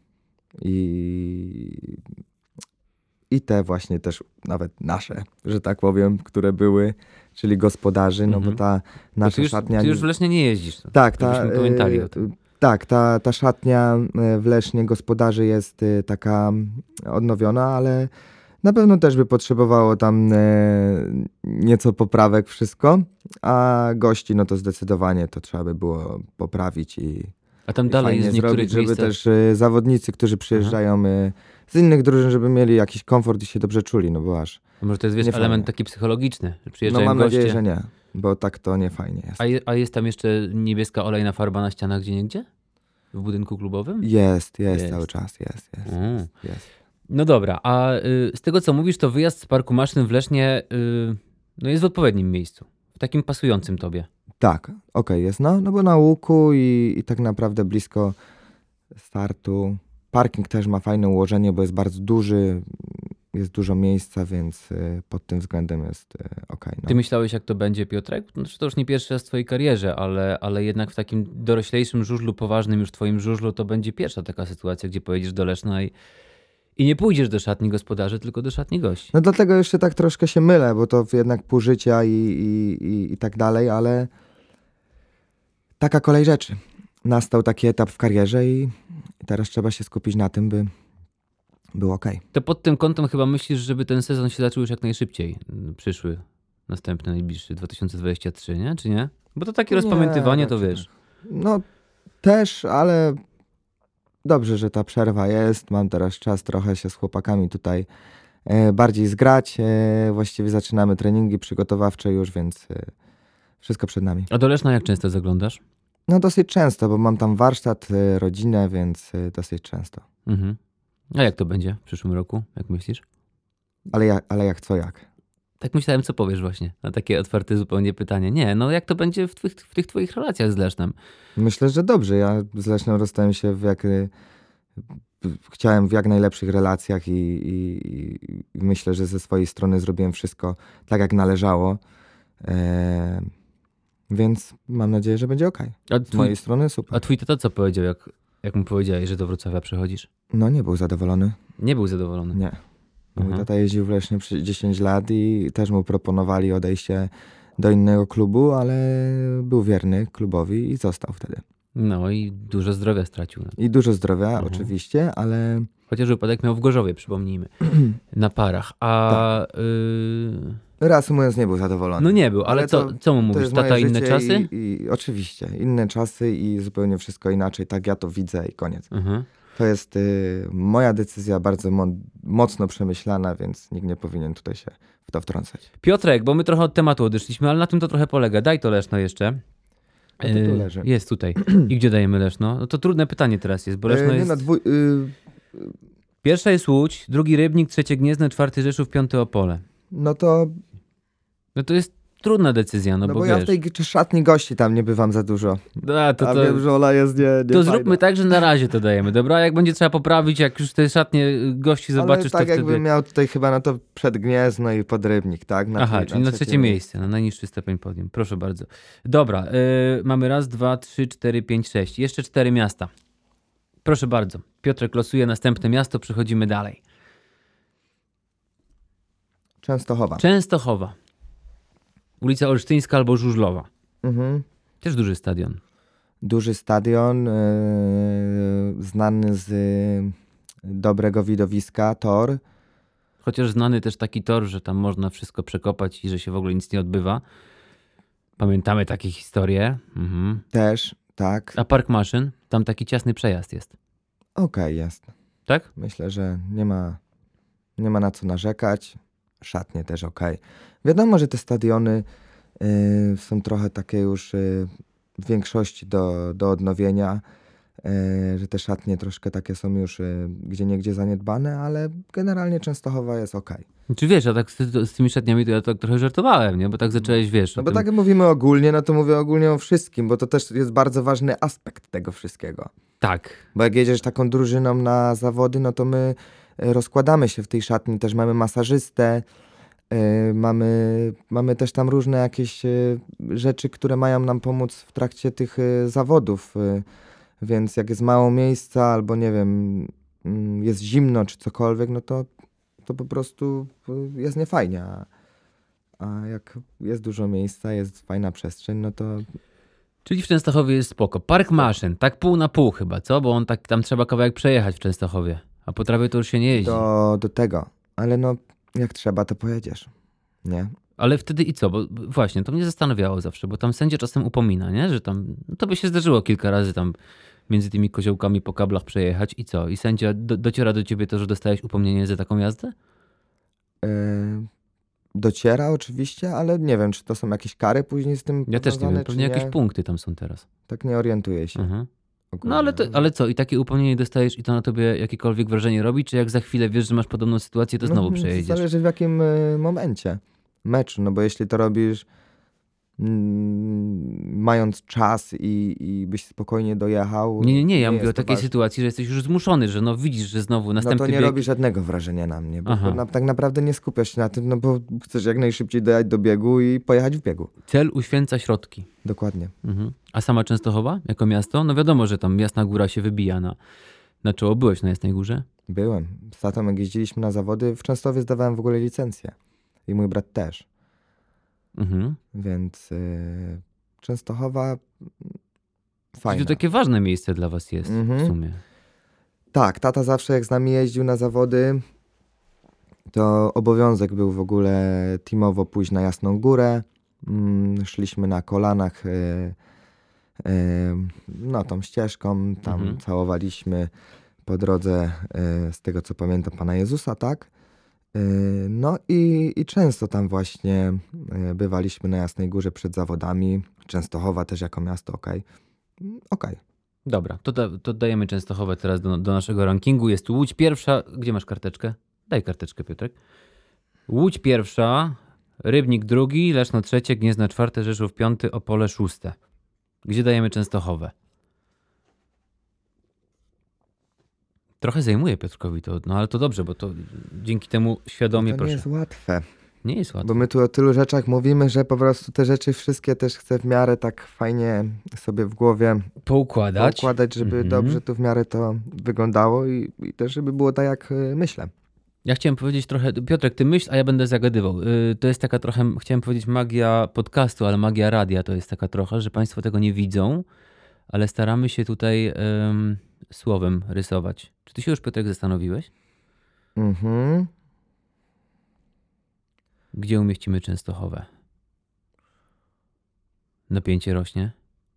i te właśnie też nawet nasze, że tak powiem, które były, czyli gospodarzy, no bo ta nasza ty już, szatnia... Ty już w Lesznie nie jeździsz. No. Tak, Żebyśmy pamiętali o tym. tak, ta szatnia w Lesznie gospodarzy jest taka odnowiona, ale na pewno też by potrzebowało tam nieco poprawek wszystko, a gości no to zdecydowanie to trzeba by było poprawić A tam i dalej fajnie jest w niektórych zrobić, żeby miejscach... też zawodnicy, którzy przyjeżdżają z innych drużyn, żeby mieli jakiś komfort i się dobrze czuli, no bo aż... Może to jest, wiesz, nie element fajnie. taki psychologiczny, że No przyjeżdżają mam goście. nadzieję, że nie, bo tak to nie fajnie jest. A jest tam jeszcze niebieska olejna farba na ścianach gdzieniegdzie? W budynku klubowym? Jest Jest. cały czas, jest. Jest. No dobra, a z tego co mówisz, to wyjazd z parku maszyn w Lesznie no jest w odpowiednim miejscu. W takim pasującym tobie. Tak, okej, jest. No bo na łuku i tak naprawdę blisko startu. Parking też ma fajne ułożenie, bo jest bardzo duży, jest dużo miejsca, więc pod tym względem jest okej. Ty myślałeś, jak to będzie, Piotrek? No, to już nie pierwszy raz w twojej karierze, ale jednak w takim doroślejszym żużlu, poważnym już twoim żużlu, to będzie pierwsza taka sytuacja, gdzie pojedziesz do Leszna i nie pójdziesz do szatni gospodarzy, tylko do szatni gości. No dlatego jeszcze tak troszkę się mylę, bo to jednak pół życia i tak dalej, ale taka kolej rzeczy. Nastał taki etap w karierze i teraz trzeba się skupić na tym, by było okej. To pod tym kątem chyba myślisz, żeby ten sezon się zaczął już jak najszybciej. Przyszły, następny, najbliższy, 2023, nie? Czy nie? Bo to takie Nie, rozpamiętywanie, to raczej wiesz. No też, ale dobrze, że ta przerwa jest. Mam teraz czas trochę się z chłopakami tutaj bardziej zgrać. Właściwie zaczynamy treningi przygotowawcze już, więc wszystko przed nami. A do Leszna jak często zaglądasz? No dosyć często, bo mam tam warsztat, rodzinę, więc dosyć często. Mhm. A jak to będzie w przyszłym roku, jak myślisz? Ale jak co jak? Tak myślałem, co powiesz właśnie na takie otwarte zupełnie pytanie. Nie, no jak to będzie w tych twoich relacjach z Lesznem? Myślę, że dobrze. Ja z Lesznem rozstałem się chciałem w jak najlepszych relacjach i myślę, że ze swojej strony zrobiłem wszystko tak, jak należało. Więc mam nadzieję, że będzie okej. Z mojej strony super. A twój tata co powiedział, jak mu powiedziałeś, że do Wrocławia przychodzisz? No nie był zadowolony. Nie był zadowolony. Nie. Mój Aha. tata jeździł w Lesznie przez 10 lat i też mu proponowali odejście do innego klubu, ale był wierny klubowi i został wtedy. No i dużo zdrowia stracił. I dużo zdrowia oczywiście, ale Chociaż wypadek miał w Gorzowie, przypomnijmy. Na parach. A reasumując nie był zadowolony. no nie był, ale co mu To mówisz? jest Tata moje inne życie czasy? I oczywiście, inne czasy i zupełnie wszystko inaczej. Tak ja to widzę i koniec. Mhm. To jest moja decyzja, bardzo mocno przemyślana, więc nikt nie powinien tutaj się w to wtrącać. Piotrek, bo my trochę od tematu odeszliśmy, ale na tym to trochę polega. Daj to Leszno jeszcze. A to tu leży. Jest tutaj. I gdzie dajemy Leszno? No to trudne pytanie teraz jest, bo Leszno Nie, jest... no, Pierwsza jest Łódź, drugi Rybnik, trzecie Gniezno, czwarty Rzeszów, piąty Opole. no to No to jest trudna decyzja, no, No bo bo ja wiesz. w tej szatni gości tam nie bywam za dużo. To A wiem, że ona jest nie to fajna. zróbmy tak, że na razie to dajemy, dobra? Jak będzie trzeba poprawić, jak już te szatnie gości zobaczysz, Ale tak to jakbym wtedy... miał tutaj chyba no to Przedgniezno i Podrybnik, tak? Aha, czyli na trzecie miejsce, na najniższy stopień podium. Proszę bardzo. Dobra, mamy raz, dwa, trzy, cztery, pięć, sześć. Jeszcze 4 miasta. Proszę bardzo. Piotrek losuje następne miasto, przechodzimy dalej. Częstochowa. Częstochowa. Ulica Olsztyńska albo Żużlowa. Mhm. Też duży stadion. Duży stadion, znany z dobrego widowiska, tor. Chociaż znany też taki tor, że tam można wszystko przekopać i że się w ogóle nic nie odbywa. Pamiętamy takie historie. Mhm. Też, tak. A park maszyn? Tam taki ciasny przejazd jest. Okej, jest. Tak? Myślę, że nie ma na co narzekać. Szatnie też okej. Wiadomo, że te stadiony są trochę takie już w większości do odnowienia, że te szatnie troszkę takie są już gdzieniegdzie zaniedbane, ale generalnie Częstochowa jest okej. Czy wiesz, a tak z tymi szatniami to ja tak trochę żartowałem, nie? Bo tak zacząłeś, wiesz... No o bo tym- tak jak mówimy ogólnie, no to mówię ogólnie o wszystkim, bo to też jest bardzo ważny aspekt tego wszystkiego. Tak. Bo jak jedziesz taką drużyną na zawody, no to my rozkładamy się w tej szatni, też mamy masażystę, mamy też tam różne jakieś rzeczy, które mają nam pomóc w trakcie tych zawodów. Więc jak jest mało miejsca albo nie wiem, jest zimno czy cokolwiek, no to po prostu jest niefajnie. A jak jest dużo miejsca, jest fajna przestrzeń, no to Czyli w Częstochowie jest spoko. Park maszyn, tak pół na pół chyba, co? Bo on tak, tam trzeba kawałek przejechać w Częstochowie. A po trawie to już się nie jeździ. do tego. Ale no, jak trzeba, to pojedziesz. Nie? Ale wtedy i co? Bo właśnie, to mnie zastanawiało zawsze, bo tam sędzia czasem upomina, nie? Że tam, no to by się zdarzyło kilka razy tam między tymi koziołkami po kablach przejechać i co? I sędzia dociera do ciebie to, że dostałeś upomnienie za taką jazdę? Dociera oczywiście, ale nie wiem, czy to są jakieś kary później z tym Ja też nie powiązane, wiem, pewnie czy jakieś nie. punkty tam są teraz. Tak nie orientuję się. Mhm. ogólnie. No ale co? I takie upomnienie dostajesz i to na tobie jakiekolwiek wrażenie robi? Czy jak za chwilę wiesz, że masz podobną sytuację, to znowu przejedziesz? Zależy w jakim momencie meczu, no bo jeśli to robisz mając czas i byś spokojnie dojechał. Nie, ja mówię o jest to takiej ważne. sytuacji, że jesteś już zmuszony, że no widzisz, że znowu No następny to nie bieg... robi żadnego wrażenia na mnie, bo Aha. tak naprawdę nie skupiasz się na tym, no bo chcesz jak najszybciej dojechać do biegu i pojechać w biegu. Cel uświęca środki. Dokładnie. Mhm. A sama Częstochowa jako miasto? No wiadomo, że tam Jasna Góra się wybija na czoło. Byłeś na Jasnej Górze? Byłem. Z tatą jak jeździliśmy na zawody, w Częstochowie zdawałem w ogóle licencję. I mój brat też. Mhm. Więc Częstochowa Czyli fajna. to takie ważne miejsce dla was jest Mhm. w sumie. Tak, tata zawsze jak z nami jeździł na zawody, to obowiązek był w ogóle teamowo pójść na Jasną Górę. Szliśmy na kolanach no tą ścieżką, tam Mhm. całowaliśmy po drodze, z tego co pamiętam, Pana Jezusa, tak? No i często tam właśnie bywaliśmy na Jasnej Górze przed zawodami. Częstochowa też jako miasto, okej. Okej. Dobra, to dajemy Częstochowę teraz do naszego rankingu. Jest tu Łódź pierwsza. Gdzie masz karteczkę? Daj karteczkę, Piotrek. Łódź pierwsza, Rybnik drugi, Leszno trzecie, Gniezno czwarte, Rzeszów piąty, Opole szóste. Gdzie dajemy Częstochowę? Trochę zajmuje Piotrkowi to, no ale to dobrze, bo to dzięki temu świadomie To nie proszę. jest łatwe, Nie jest łatwo. bo my tu o tylu rzeczach mówimy, że po prostu te rzeczy wszystkie też chcę w miarę tak fajnie sobie w głowie Poukładać. układać, żeby Mhm. dobrze tu w miarę to wyglądało i też żeby było tak jak myślę. Ja chciałem powiedzieć trochę, Piotrek, ty myśl, a ja będę zagadywał. To jest taka trochę, chciałem powiedzieć magia podcastu, ale magia radia to jest taka trochę, że państwo tego nie widzą, ale staramy się tutaj słowem rysować. Czy ty się już, Piotrek, zastanowiłeś? Mhm. Gdzie umieścimy Częstochowę? Napięcie rośnie?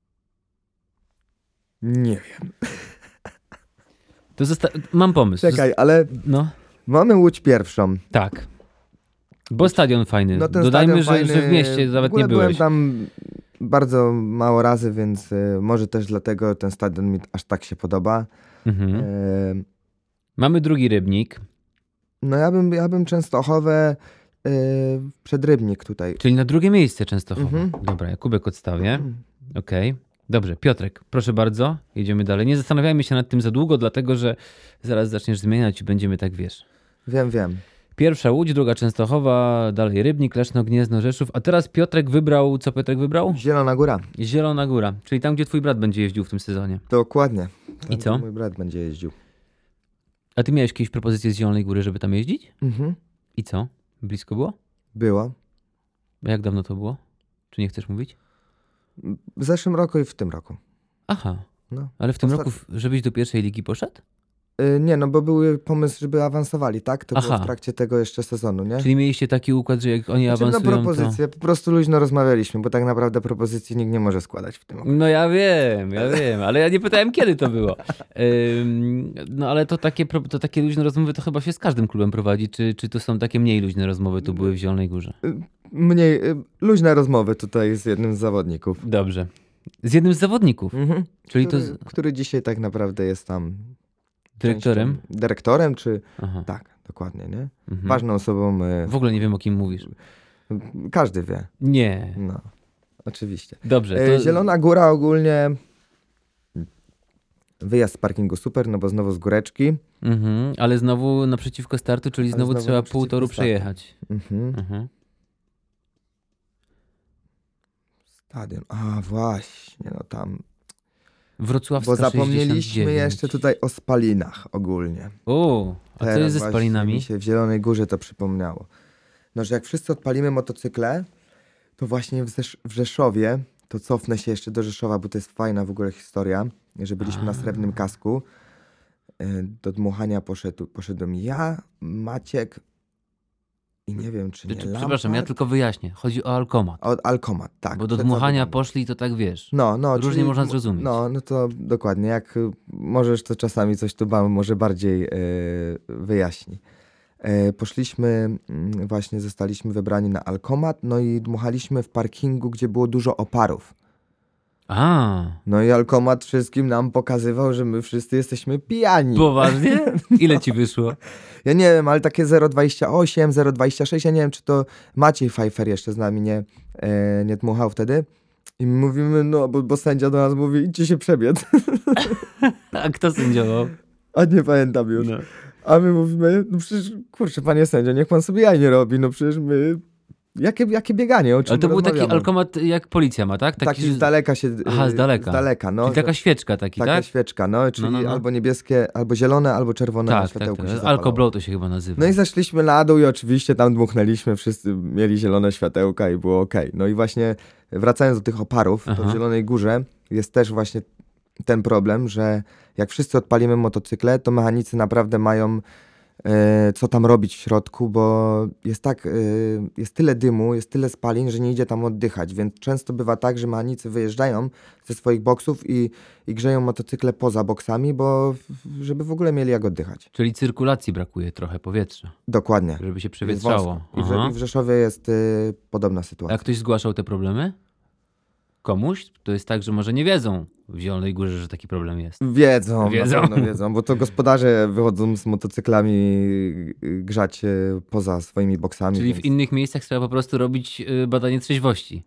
Nie wiem. To mam pomysł. Czekaj, ale No, mamy Łódź pierwszą. tak. Bo stadion fajny. No ten Dodajmy, stadion że fajny, w mieście w nawet ogóle nie byłeś. byłem tam bardzo mało razy, więc może też dlatego ten stadion mi aż tak się podoba. Mhm. E, Mamy drugi Rybnik. No ja bym Częstochowę Przedrybnik tutaj. Czyli na drugie miejsce Częstochowa. Mhm. Dobra, ja kubek odstawię. Okej. Dobrze, Piotrek, proszę bardzo, jedziemy dalej. Nie zastanawiajmy się nad tym za długo, dlatego że zaraz zaczniesz zmieniać i będziemy tak, wiesz. Wiem. Pierwsza Łódź, druga Częstochowa, dalej Rybnik, Leszno, Gniezno, Rzeszów. A teraz Piotrek wybrał, co Piotrek wybrał? Zielona Góra. Zielona Góra, czyli tam, gdzie twój brat będzie jeździł w tym sezonie. Dokładnie. Tam, I co? gdzie mój brat będzie jeździł. A ty miałeś jakieś propozycje z Zielonej Góry, żeby tam jeździć? Mhm. I co? Blisko było? Było. A jak dawno to było? Czy nie chcesz mówić? W zeszłym roku i w tym roku. Aha, No. ale w tym roku, żebyś do pierwszej ligi poszedł? Nie, no bo był pomysł, żeby awansowali, tak? To było Aha. w trakcie tego jeszcze sezonu, nie? Czyli mieliście taki układ, że jak oni Znaczy, no awansują, propozycje, po prostu luźno rozmawialiśmy, bo tak naprawdę propozycji nikt nie może składać w tym to... okresie. No ja wiem, ale ja nie pytałem, kiedy to było. No ale to takie luźne rozmowy to chyba się z każdym klubem prowadzi, czy to są takie mniej luźne rozmowy, tu były w Zielonej Górze? Mniej, luźne rozmowy tutaj z jednym z zawodników. Dobrze. Z jednym z zawodników, Mhm. czyli który, to z który dzisiaj tak naprawdę jest tam dyrektorem? częścią- dyrektorem, czy... Aha. Tak, dokładnie, nie? Mhm. Ważną osobą, W ogóle nie wiem, o kim mówisz. każdy wie. Nie. No, oczywiście. Dobrze. To... Zielona Góra ogólnie... Wyjazd z parkingu super, no bo znowu z góreczki. Mhm. Ale znowu naprzeciwko startu, czyli Ale znowu znowu trzeba naprzeciwko pół toru startu. przejechać. Mhm. Mhm. Stadion. A właśnie, no tam. Wrocławska Bo zapomnieliśmy 69. jeszcze tutaj o spalinach ogólnie. O, a co Teraz jest ze właśnie spalinami? Mi się w Zielonej Górze to przypomniało. No, że jak wszyscy odpalimy motocykle, to właśnie w Rzeszowie, to cofnę się jeszcze do Rzeszowa, bo to jest fajna w ogóle historia, że byliśmy na Srebrnym Kasku. Do dmuchania poszedłem ja, Maciek i nie wiem, czy nie Przepraszam, ja Lampard. tylko wyjaśnię. Chodzi o alkomat. Alkomat, tak. Bo do przed dmuchania zawodami. poszli, to tak wiesz. No, Różnie czyli można zrozumieć. No to dokładnie. Jak możesz, to czasami coś tu może bardziej wyjaśni. Poszliśmy, właśnie zostaliśmy wybrani na alkomat, no i dmuchaliśmy w parkingu, gdzie było dużo oparów. A, No i alkomat wszystkim nam pokazywał, że my wszyscy jesteśmy pijani. poważnie? Ile ci wyszło? Ja nie wiem, ale takie 0,28, 0,26, ja nie wiem, czy to Maciej Pfeiffer jeszcze z nami nie dmuchał wtedy. I my mówimy, no, bo sędzia do nas mówi, idźcie się przebiec. A kto sędziował? A nie pamiętam już. No. A my mówimy, no przecież, kurczę, panie sędzio, niech pan sobie jaj nie robi, no przecież my... Jakie bieganie, o czym Ale to my był taki rozmawiamy? alkomat, jak policja ma, tak? Taki z daleka się... Aha, z daleka. Z daleka, no. Czyli taka świeczka taki, Taka tak? świeczka, no, czyli no. albo niebieskie, albo zielone, albo czerwone na Tak, światełku się tak. zapalało. Alkoblow to się chyba nazywa. No i zeszliśmy na dół i oczywiście tam dmuchnęliśmy, wszyscy mieli zielone światełka i było okej. No i właśnie wracając do tych oparów, to Aha. w Zielonej Górze jest też właśnie ten problem, że jak wszyscy odpalimy motocykle, to mechanicy naprawdę mają co tam robić w środku, bo jest tyle dymu, jest tyle spalin, że nie idzie tam oddychać, więc często bywa tak, że mechanicy wyjeżdżają ze swoich boksów i grzeją motocykle poza boksami, bo żeby w ogóle mieli jak oddychać. Czyli cyrkulacji brakuje trochę powietrza, Dokładnie. żeby się Jest przewietrzało. wąsko. Aha. I w Rzeszowie jest podobna A sytuacja. ktoś zgłaszał te problemy? Komuś? To jest tak, że może nie wiedzą w Zielonej Górze, że taki problem jest. Wiedzą, Wiedzą. na pewno wiedzą, bo to gospodarze wychodzą z motocyklami grzać poza swoimi boksami. Czyli więc... w innych miejscach trzeba po prostu robić badanie trzeźwości.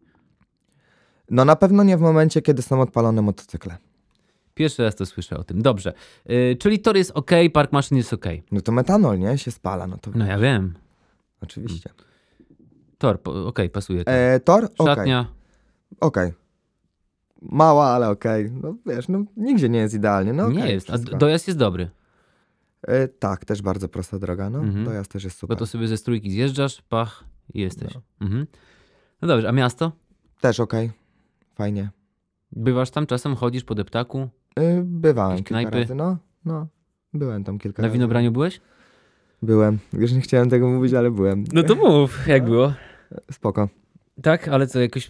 No na pewno nie w momencie, kiedy są odpalone motocykle. Pierwszy raz to słyszę o tym. Dobrze. Czyli tor jest ok, park maszyn jest ok. No to metanol, nie? Się spala, no to No ja wiem. oczywiście. Tor, okej, pasuje. To. Tor? Okej. Szatnia. Okej. Mała, ale okej. No wiesz, no nigdzie nie jest idealnie. No, nie okej, jest. A wszystko. dojazd jest dobry. Tak, też bardzo prosta droga, no. Mhm. Dojazd też jest Bo super. to sobie ze strójki zjeżdżasz, pach i jesteś. No. Mhm. No dobrze, a miasto? Też okej. Fajnie. Bywasz tam czasem, chodzisz po deptaku? Bywałem Jakieś kilka knajpy? razy, no. Byłem tam kilka Na razy. winobraniu byłeś? Byłem. Już nie chciałem tego mówić, ale byłem. No to mów, jak było? Spoko. Tak, ale co, jakoś...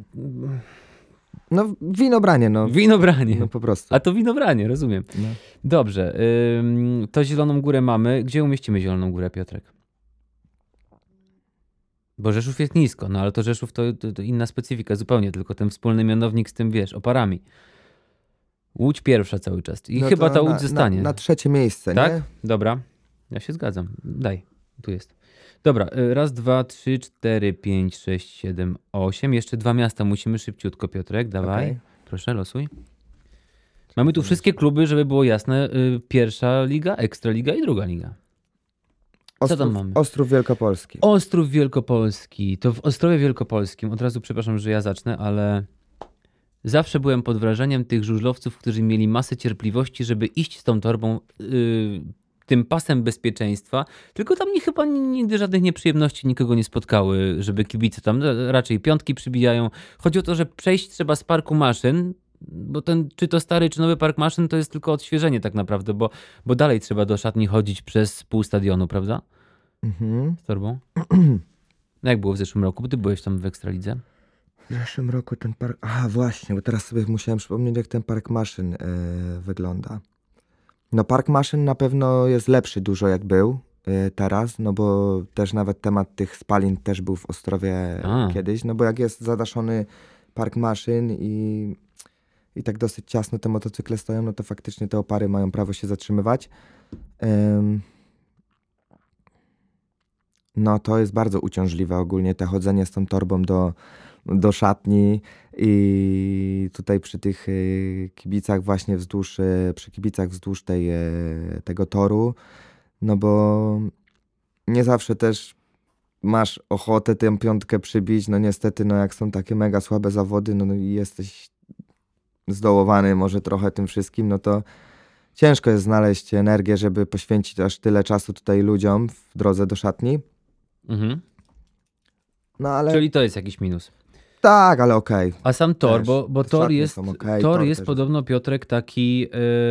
No winobranie, no. Winobranie. No po prostu. A to winobranie, rozumiem. No. Dobrze, to Zieloną Górę mamy. Gdzie umieścimy Zieloną Górę, Piotrek? Bo Rzeszów jest nisko, no ale to Rzeszów to inna specyfika zupełnie, tylko ten wspólny mianownik z tym, wiesz, oparami. Łódź pierwsza cały czas i No chyba to ta Łódź zostanie. Na trzecie miejsce, tak? nie? Dobra, ja się zgadzam. Daj, tu jest. Dobra, raz, dwa, trzy, cztery, pięć, sześć, siedem, osiem. Jeszcze 2 miasta musimy szybciutko, Piotrek, dawaj. Okej. Proszę, losuj. Mamy tu wszystkie kluby, żeby było jasne. Pierwsza liga, Ekstraliga i druga liga. Co tam mamy? Ostrów Wielkopolski. Ostrów Wielkopolski. To w Ostrowie Wielkopolskim, od razu przepraszam, że ja zacznę, ale zawsze byłem pod wrażeniem tych żużlowców, którzy mieli masę cierpliwości, żeby iść z tą torbą, tym pasem bezpieczeństwa. Tylko tam chyba nigdy żadnych nieprzyjemności nikogo nie spotkały, żeby kibice tam raczej piątki przybijają. Chodzi o to, że przejść trzeba z parku maszyn, bo ten, czy to stary, czy nowy park maszyn, to jest tylko odświeżenie tak naprawdę, bo dalej trzeba do szatni chodzić przez pół stadionu, prawda? Mhm. Z torbą. No jak było w zeszłym roku? Bo ty byłeś tam w Ekstralidze. W zeszłym roku ten park... A właśnie, bo teraz sobie musiałem przypomnieć, jak ten park maszyn wygląda. No park maszyn na pewno jest lepszy dużo jak był teraz, no bo też nawet temat tych spalin też był w Ostrowie kiedyś, no bo jak jest zadaszony park maszyn i tak dosyć ciasno te motocykle stoją, no to faktycznie te opary mają prawo się zatrzymywać. No to jest bardzo uciążliwe ogólnie te chodzenie z tą torbą do szatni i tutaj przy tych kibicach właśnie przy kibicach wzdłuż tego toru, no bo nie zawsze też masz ochotę tę piątkę przybić, no niestety, no jak są takie mega słabe zawody, no i jesteś zdołowany może trochę tym wszystkim, no to ciężko jest znaleźć energię, żeby poświęcić aż tyle czasu tutaj ludziom w drodze do szatni. Mhm. No ale Czyli to jest jakiś minus. tak, ale okej. A sam tor, Też. bo Te tor szatnie jest, są okej, tor tor jest też podobno, Piotrek, taki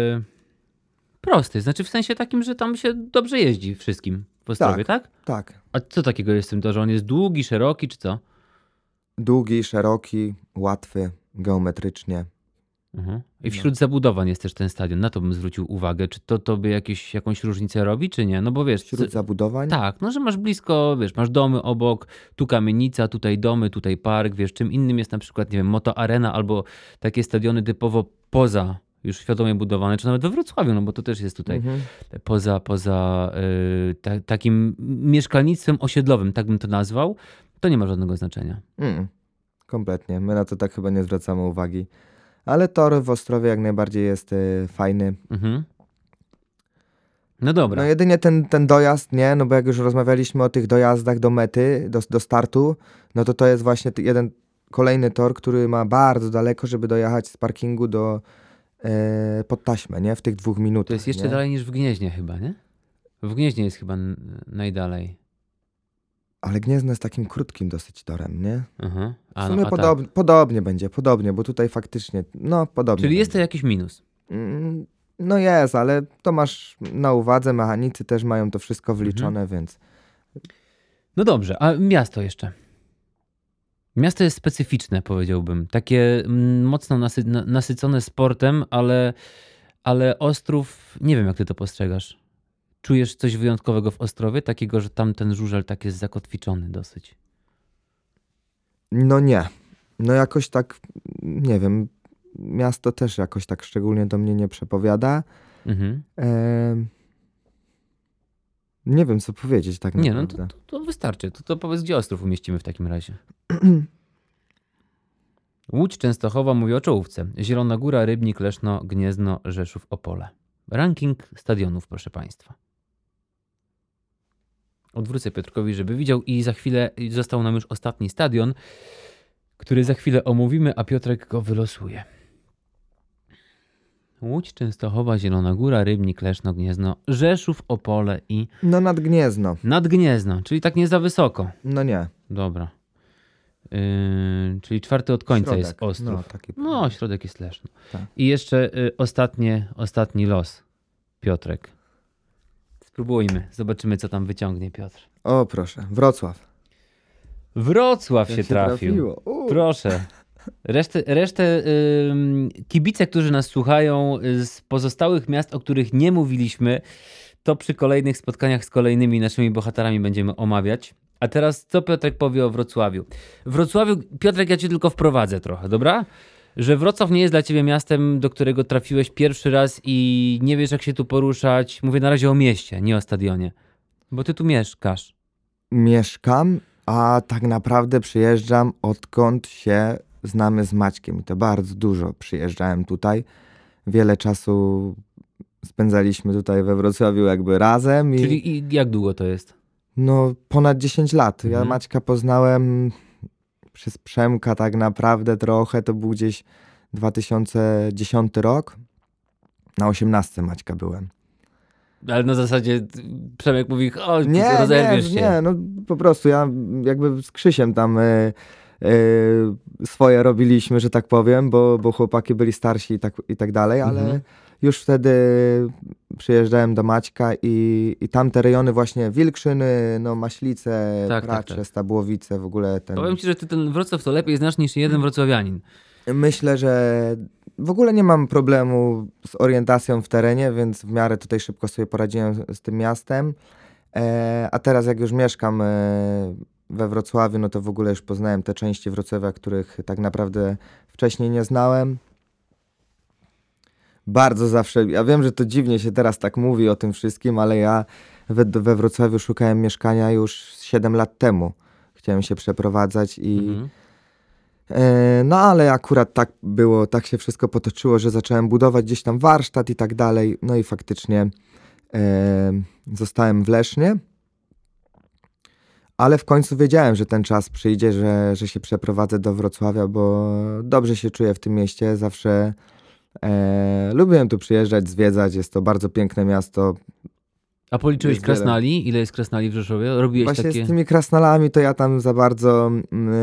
prosty. Znaczy w sensie takim, że tam się dobrze jeździ wszystkim w Ostrowie, tak? Tak. A co takiego jest w tym torze? On jest długi, szeroki, czy co? Długi, szeroki, łatwy, geometrycznie. Mhm. I wśród zabudowań jest też ten stadion. Na to bym zwrócił uwagę. Czy to tobie jakąś różnicę robi, czy nie? No bo wiesz... Wśród zabudowań? Tak, no że masz blisko, wiesz, masz domy obok, tu kamienica, tutaj domy, tutaj park, wiesz, czym innym jest na przykład, nie wiem, Moto Arena albo takie stadiony typowo poza, już świadomie budowane, czy nawet we Wrocławiu, no bo to też jest tutaj poza takim mieszkalnictwem osiedlowym, tak bym to nazwał, to nie ma żadnego znaczenia. Kompletnie. My na to tak chyba nie zwracamy uwagi. Ale tor w Ostrowie jak najbardziej jest fajny. Mhm. No dobra. No jedynie ten dojazd, nie? No bo jak już rozmawialiśmy o tych dojazdach do mety, do startu, no to jest właśnie jeden kolejny tor, który ma bardzo daleko, żeby dojechać z parkingu pod taśmę, nie? W tych 2 minutach. To jest jeszcze nie? dalej niż w Gnieźnie chyba, nie? W Gnieźnie jest chyba najdalej. Ale Gniezno jest takim krótkim dosyć torem, nie? Aha. W sumie podobnie będzie, bo tutaj faktycznie, no podobnie. Czyli jest to będzie. jakiś minus. No jest, ale to masz na uwadze, mechanicy też mają to wszystko wliczone, więc... No dobrze, a miasto jeszcze? Miasto jest specyficzne, powiedziałbym. Takie mocno nasycone sportem, ale Ostrów, nie wiem jak ty to postrzegasz. Czujesz coś wyjątkowego w Ostrowie? Takiego, że tam ten żużel tak jest zakotwiczony dosyć. No nie. No jakoś tak, nie wiem, miasto też jakoś tak szczególnie do mnie nie przepowiada. Mhm. Nie wiem, co powiedzieć tak Nie, naprawdę. no to wystarczy. To powiedz, gdzie Ostrów umieścimy w takim razie. Łódź, Częstochowa, mówię o czołówce. Zielona Góra, Rybnik, Leszno, Gniezno, Rzeszów, Opole. Ranking stadionów, proszę państwa. Odwrócę Piotrkowi, żeby widział i za chwilę został nam już ostatni stadion, który za chwilę omówimy, a Piotrek go wylosuje. Łódź, Częstochowa, Zielona Góra, Rybnik, Leszno, Gniezno, Rzeszów, Opole i... No nad Gniezno. Nad Gniezno, czyli tak nie za wysoko. No nie. Dobra. Czyli 4 od końca Środek. jest Ostrów. No, taki No, środek jest Leszno. Tak. I jeszcze ostatni los, Piotrek. Spróbujmy, zobaczymy co tam wyciągnie Piotr. O proszę, Wrocław. Wrocław Jak się trafił. trafiło. Proszę. Resztę kibice, którzy nas słuchają z pozostałych miast, o których nie mówiliśmy, to przy kolejnych spotkaniach z kolejnymi naszymi bohaterami będziemy omawiać. A teraz co Piotrek powie o Wrocławiu? Wrocławiu, Piotrek, ja cię tylko wprowadzę trochę, dobra? Że Wrocław nie jest dla ciebie miastem, do którego trafiłeś pierwszy raz i nie wiesz jak się tu poruszać. Mówię na razie o mieście, nie o stadionie. Bo ty tu mieszkasz. mieszkam, a tak naprawdę przyjeżdżam odkąd się znamy z Maćkiem. I to bardzo dużo przyjeżdżałem tutaj. Wiele czasu spędzaliśmy tutaj we Wrocławiu jakby razem. Czyli jak długo to jest? No ponad 10 lat. Ja Mhm. Maćka poznałem przez Przemka tak naprawdę trochę. To był gdzieś 2010 rok. Na 18 Maćka byłem. Ale na zasadzie Przemek mówi, chodź, Nie, rozerwiesz się. nie, no po prostu ja jakby z Krzysiem tam swoje robiliśmy, że tak powiem, bo chłopaki byli starsi i tak dalej, ale Mhm. już wtedy przyjeżdżałem do Maćka i tamte rejony właśnie Wilkrzyny, no Maślice, Tak, Pracze, tak. Stabłowice, w ogóle ten... Powiem ci, że ty ten Wrocław to lepiej znasz niż jeden wrocławianin. Myślę, że w ogóle nie mam problemu z orientacją w terenie, więc w miarę tutaj szybko sobie poradziłem z tym miastem. A teraz jak już mieszkam we Wrocławiu, no to w ogóle już poznałem te części Wrocławia, których tak naprawdę wcześniej nie znałem. Bardzo zawsze, ja wiem, że to dziwnie się teraz tak mówi o tym wszystkim, ale ja we Wrocławiu szukałem mieszkania już 7 lat temu. Chciałem się przeprowadzać Mhm. no ale akurat tak było, tak się wszystko potoczyło, że zacząłem budować gdzieś tam warsztat i tak dalej. No i faktycznie zostałem w Lesznie. Ale w końcu wiedziałem, że ten czas przyjdzie, że się przeprowadzę do Wrocławia, bo dobrze się czuję w tym mieście. Zawsze lubiłem tu przyjeżdżać, zwiedzać. Jest to bardzo piękne miasto. A policzyłeś Jest wiele. krasnali? Ile jest krasnali w Rzeszowie? Robiłeś Właśnie takie... z tymi krasnalami to ja tam za bardzo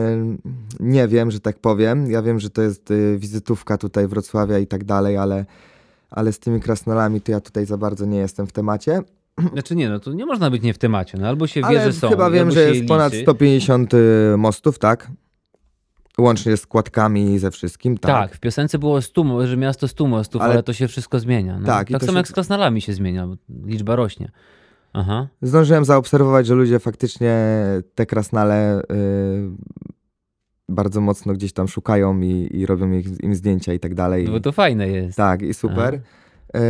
nie wiem, że tak powiem. Ja wiem, że to jest wizytówka tutaj Wrocławia i tak dalej, ale z tymi krasnalami to ja tutaj za bardzo nie jestem w temacie. Znaczy nie, no to nie można być nie w temacie. No albo się wie, Ale że są. chyba wiem, albo że się jest ponad liczy. 150 mostów, tak? Łącznie z składkami i ze wszystkim, tak. Tak, w piosence było 100, że miasto 100 mostów, ale to się wszystko zmienia. No. Tak, i Tak to samo się- jak z krasnalami się zmienia, bo liczba rośnie. Aha. Zdążyłem zaobserwować, że ludzie faktycznie te krasnale bardzo mocno gdzieś tam szukają i robią im zdjęcia i tak dalej. No bo to fajne jest. Tak, i super. Aha.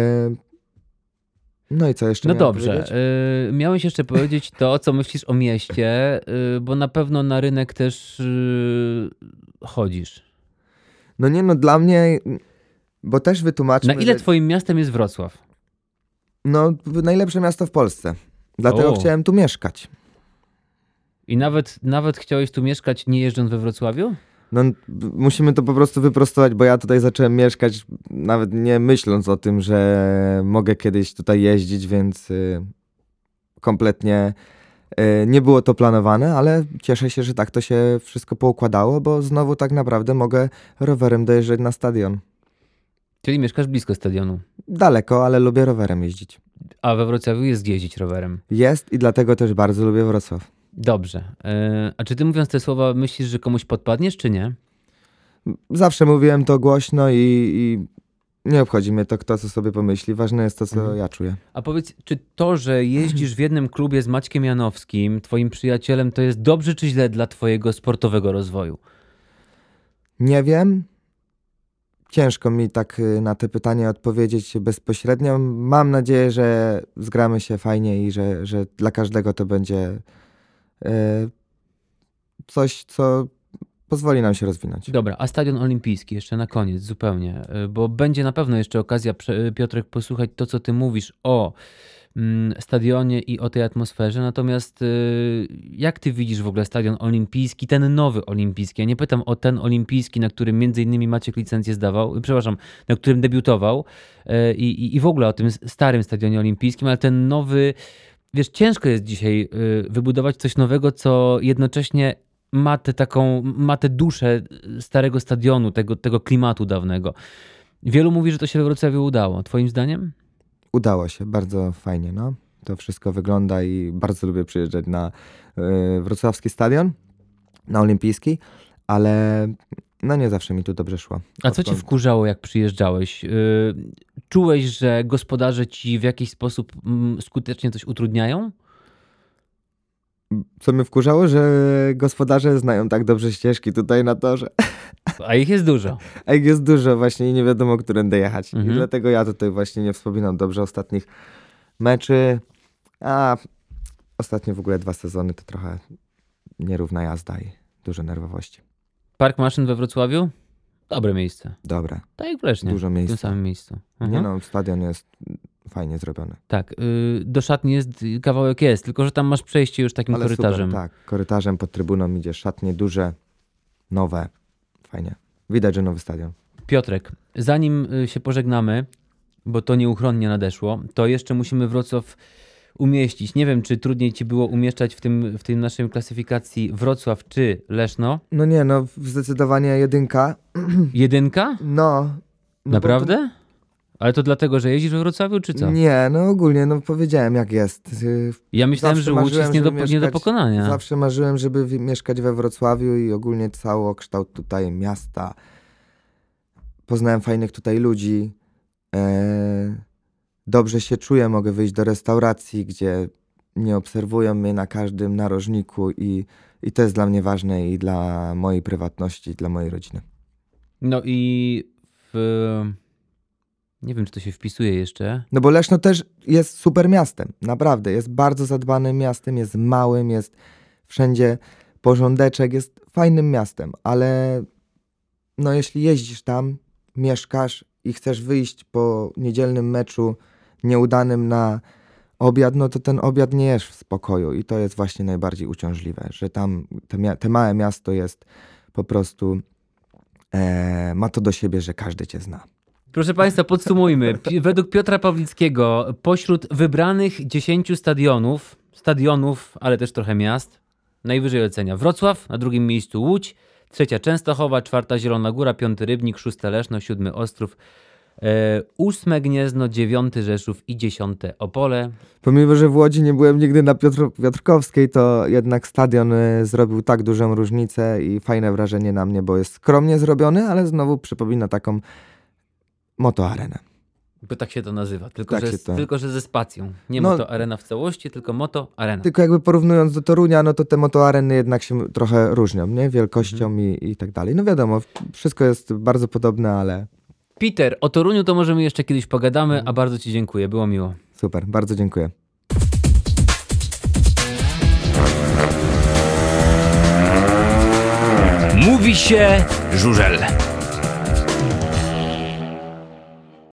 No i co jeszcze No miałem dobrze, powiedzieć? miałeś jeszcze powiedzieć to, co myślisz o mieście, bo na pewno na rynek też chodzisz. No nie, no dla mnie, bo też wytłumaczmy, Na ile że twoim miastem jest Wrocław? no, najlepsze miasto w Polsce. Dlatego O. chciałem tu mieszkać. I nawet chciałeś tu mieszkać, nie jeżdżąc we Wrocławiu? No, musimy to po prostu wyprostować, bo ja tutaj zacząłem mieszkać nawet nie myśląc o tym, że mogę kiedyś tutaj jeździć, więc kompletnie nie było to planowane, ale cieszę się, że tak to się wszystko poukładało, bo znowu tak naprawdę mogę rowerem dojeżdżać na stadion. Czyli mieszkasz blisko stadionu. Daleko, ale lubię rowerem jeździć. A we Wrocławiu jest gdzie jeździć rowerem. Jest i dlatego też bardzo lubię Wrocław. Dobrze. A czy ty mówiąc te słowa myślisz, że komuś podpadniesz, czy nie? Zawsze mówiłem to głośno i nie obchodzi mnie to, kto co sobie pomyśli. Ważne jest to, co ja czuję. A powiedz, czy to, że jeździsz w jednym klubie z Maćkiem Janowskim, twoim przyjacielem, to jest dobrze czy źle dla twojego sportowego rozwoju? Nie wiem. Ciężko mi tak na te pytania odpowiedzieć bezpośrednio. Mam nadzieję, że zgramy się fajnie i że dla każdego to będzie coś, co pozwoli nam się rozwinąć. Dobra, a Stadion Olimpijski jeszcze na koniec zupełnie, bo będzie na pewno jeszcze okazja, Piotrek, posłuchać to, co ty mówisz o stadionie i o tej atmosferze. Natomiast jak ty widzisz w ogóle Stadion Olimpijski, ten nowy olimpijski? Ja nie pytam o ten olimpijski, na którym między innymi Maciek licencję zdawał, przepraszam, na którym debiutował i w ogóle o tym starym Stadionie Olimpijskim, ale ten nowy, wiesz, ciężko jest dzisiaj wybudować coś nowego, co jednocześnie ma tę duszę starego stadionu, tego klimatu dawnego. Wielu mówi, że to się we Wrocławiu udało. Twoim zdaniem? Udało się, bardzo fajnie, no. To wszystko wygląda i bardzo lubię przyjeżdżać na wrocławski stadion, na olimpijski, ale no nie zawsze mi tu dobrze szło. A co cię Odkąd- wkurzało, jak przyjeżdżałeś? Czułeś, że gospodarze ci w jakiś sposób skutecznie coś utrudniają? Co mnie wkurzało, że gospodarze znają tak dobrze ścieżki tutaj na torze. A ich jest dużo. A ich jest dużo właśnie i nie wiadomo, którędy jechać. Mhm. I dlatego ja tutaj właśnie nie wspominam dobrze ostatnich meczy. A ostatnio w ogóle 2 sezony to trochę nierówna jazda i dużo nerwowości. Park Maszyn we Wrocławiu? Dobre miejsce. Dobre, Tak jak w Lesznie. dużo W miejsca. tym samym miejscu. Nie no, stadion jest fajnie zrobiony. Tak, do szatni jest kawałek jest, tylko że tam masz przejście już takim Ale korytarzem. Super, tak, korytarzem pod trybuną idzie, szatnie duże, nowe, fajnie. Widać, że nowy stadion. Piotrek, zanim się pożegnamy, bo to nieuchronnie nadeszło, to jeszcze musimy Wrocław umieścić. Nie wiem, czy trudniej ci było umieszczać w tej naszej klasyfikacji Wrocław czy Leszno. No nie, no zdecydowanie 1. Jedynka? No. Naprawdę? Ale to dlatego, że jeździsz we Wrocławiu, czy co? Nie, no ogólnie, no powiedziałem jak jest. Ja myślałem, Zawsze że Łódź marzyłem, jest nie do, żeby nie do mieszkać- pokonania. Zawsze marzyłem, żeby mieszkać we Wrocławiu i ogólnie całokształt tutaj miasta. Poznałem fajnych tutaj ludzi. Dobrze się czuję, mogę wyjść do restauracji, gdzie nie obserwują mnie na każdym narożniku i to jest dla mnie ważne i dla mojej prywatności, dla mojej rodziny. No i nie wiem, czy to się wpisuje jeszcze. No bo Leszno też jest super miastem, naprawdę. Jest bardzo zadbanym miastem, jest małym, jest wszędzie porządeczek, jest fajnym miastem, ale no jeśli jeździsz tam, mieszkasz i chcesz wyjść po niedzielnym meczu nieudanym na obiad, no to ten obiad nie jesz w spokoju i to jest właśnie najbardziej uciążliwe, że tam te małe miasto jest po prostu, ma to do siebie, że każdy cię zna. Proszę Państwa, podsumujmy. Według Piotra Pawlickiego pośród wybranych 10 stadionów, ale też trochę miast, najwyżej ocenia Wrocław, na drugim miejscu Łódź, 3 Częstochowa, 4 Zielona Góra, 5 Rybnik, 6 Leszno, 7 Ostrów, 8 Gniezno, 9 Rzeszów i 10 Opole. Pomimo, że w Łodzi nie byłem nigdy na Piotrkowskiej, to jednak stadion zrobił tak dużą różnicę i fajne wrażenie na mnie, bo jest skromnie zrobiony, ale znowu przypomina taką motoarenę. Bo tak się to nazywa, tylko, Tak że, się to- tylko że ze spacją. Nie No- Moto Arena w całości, tylko Moto Arena. Tylko jakby porównując do Torunia, no to te motoareny jednak się trochę różnią, nie? Wielkością i tak dalej. No wiadomo, wszystko jest bardzo podobne, ale Peter, o Toruniu to możemy jeszcze kiedyś pogadamy, a bardzo Ci dziękuję, było miło. super, bardzo dziękuję. Mówi się żużel.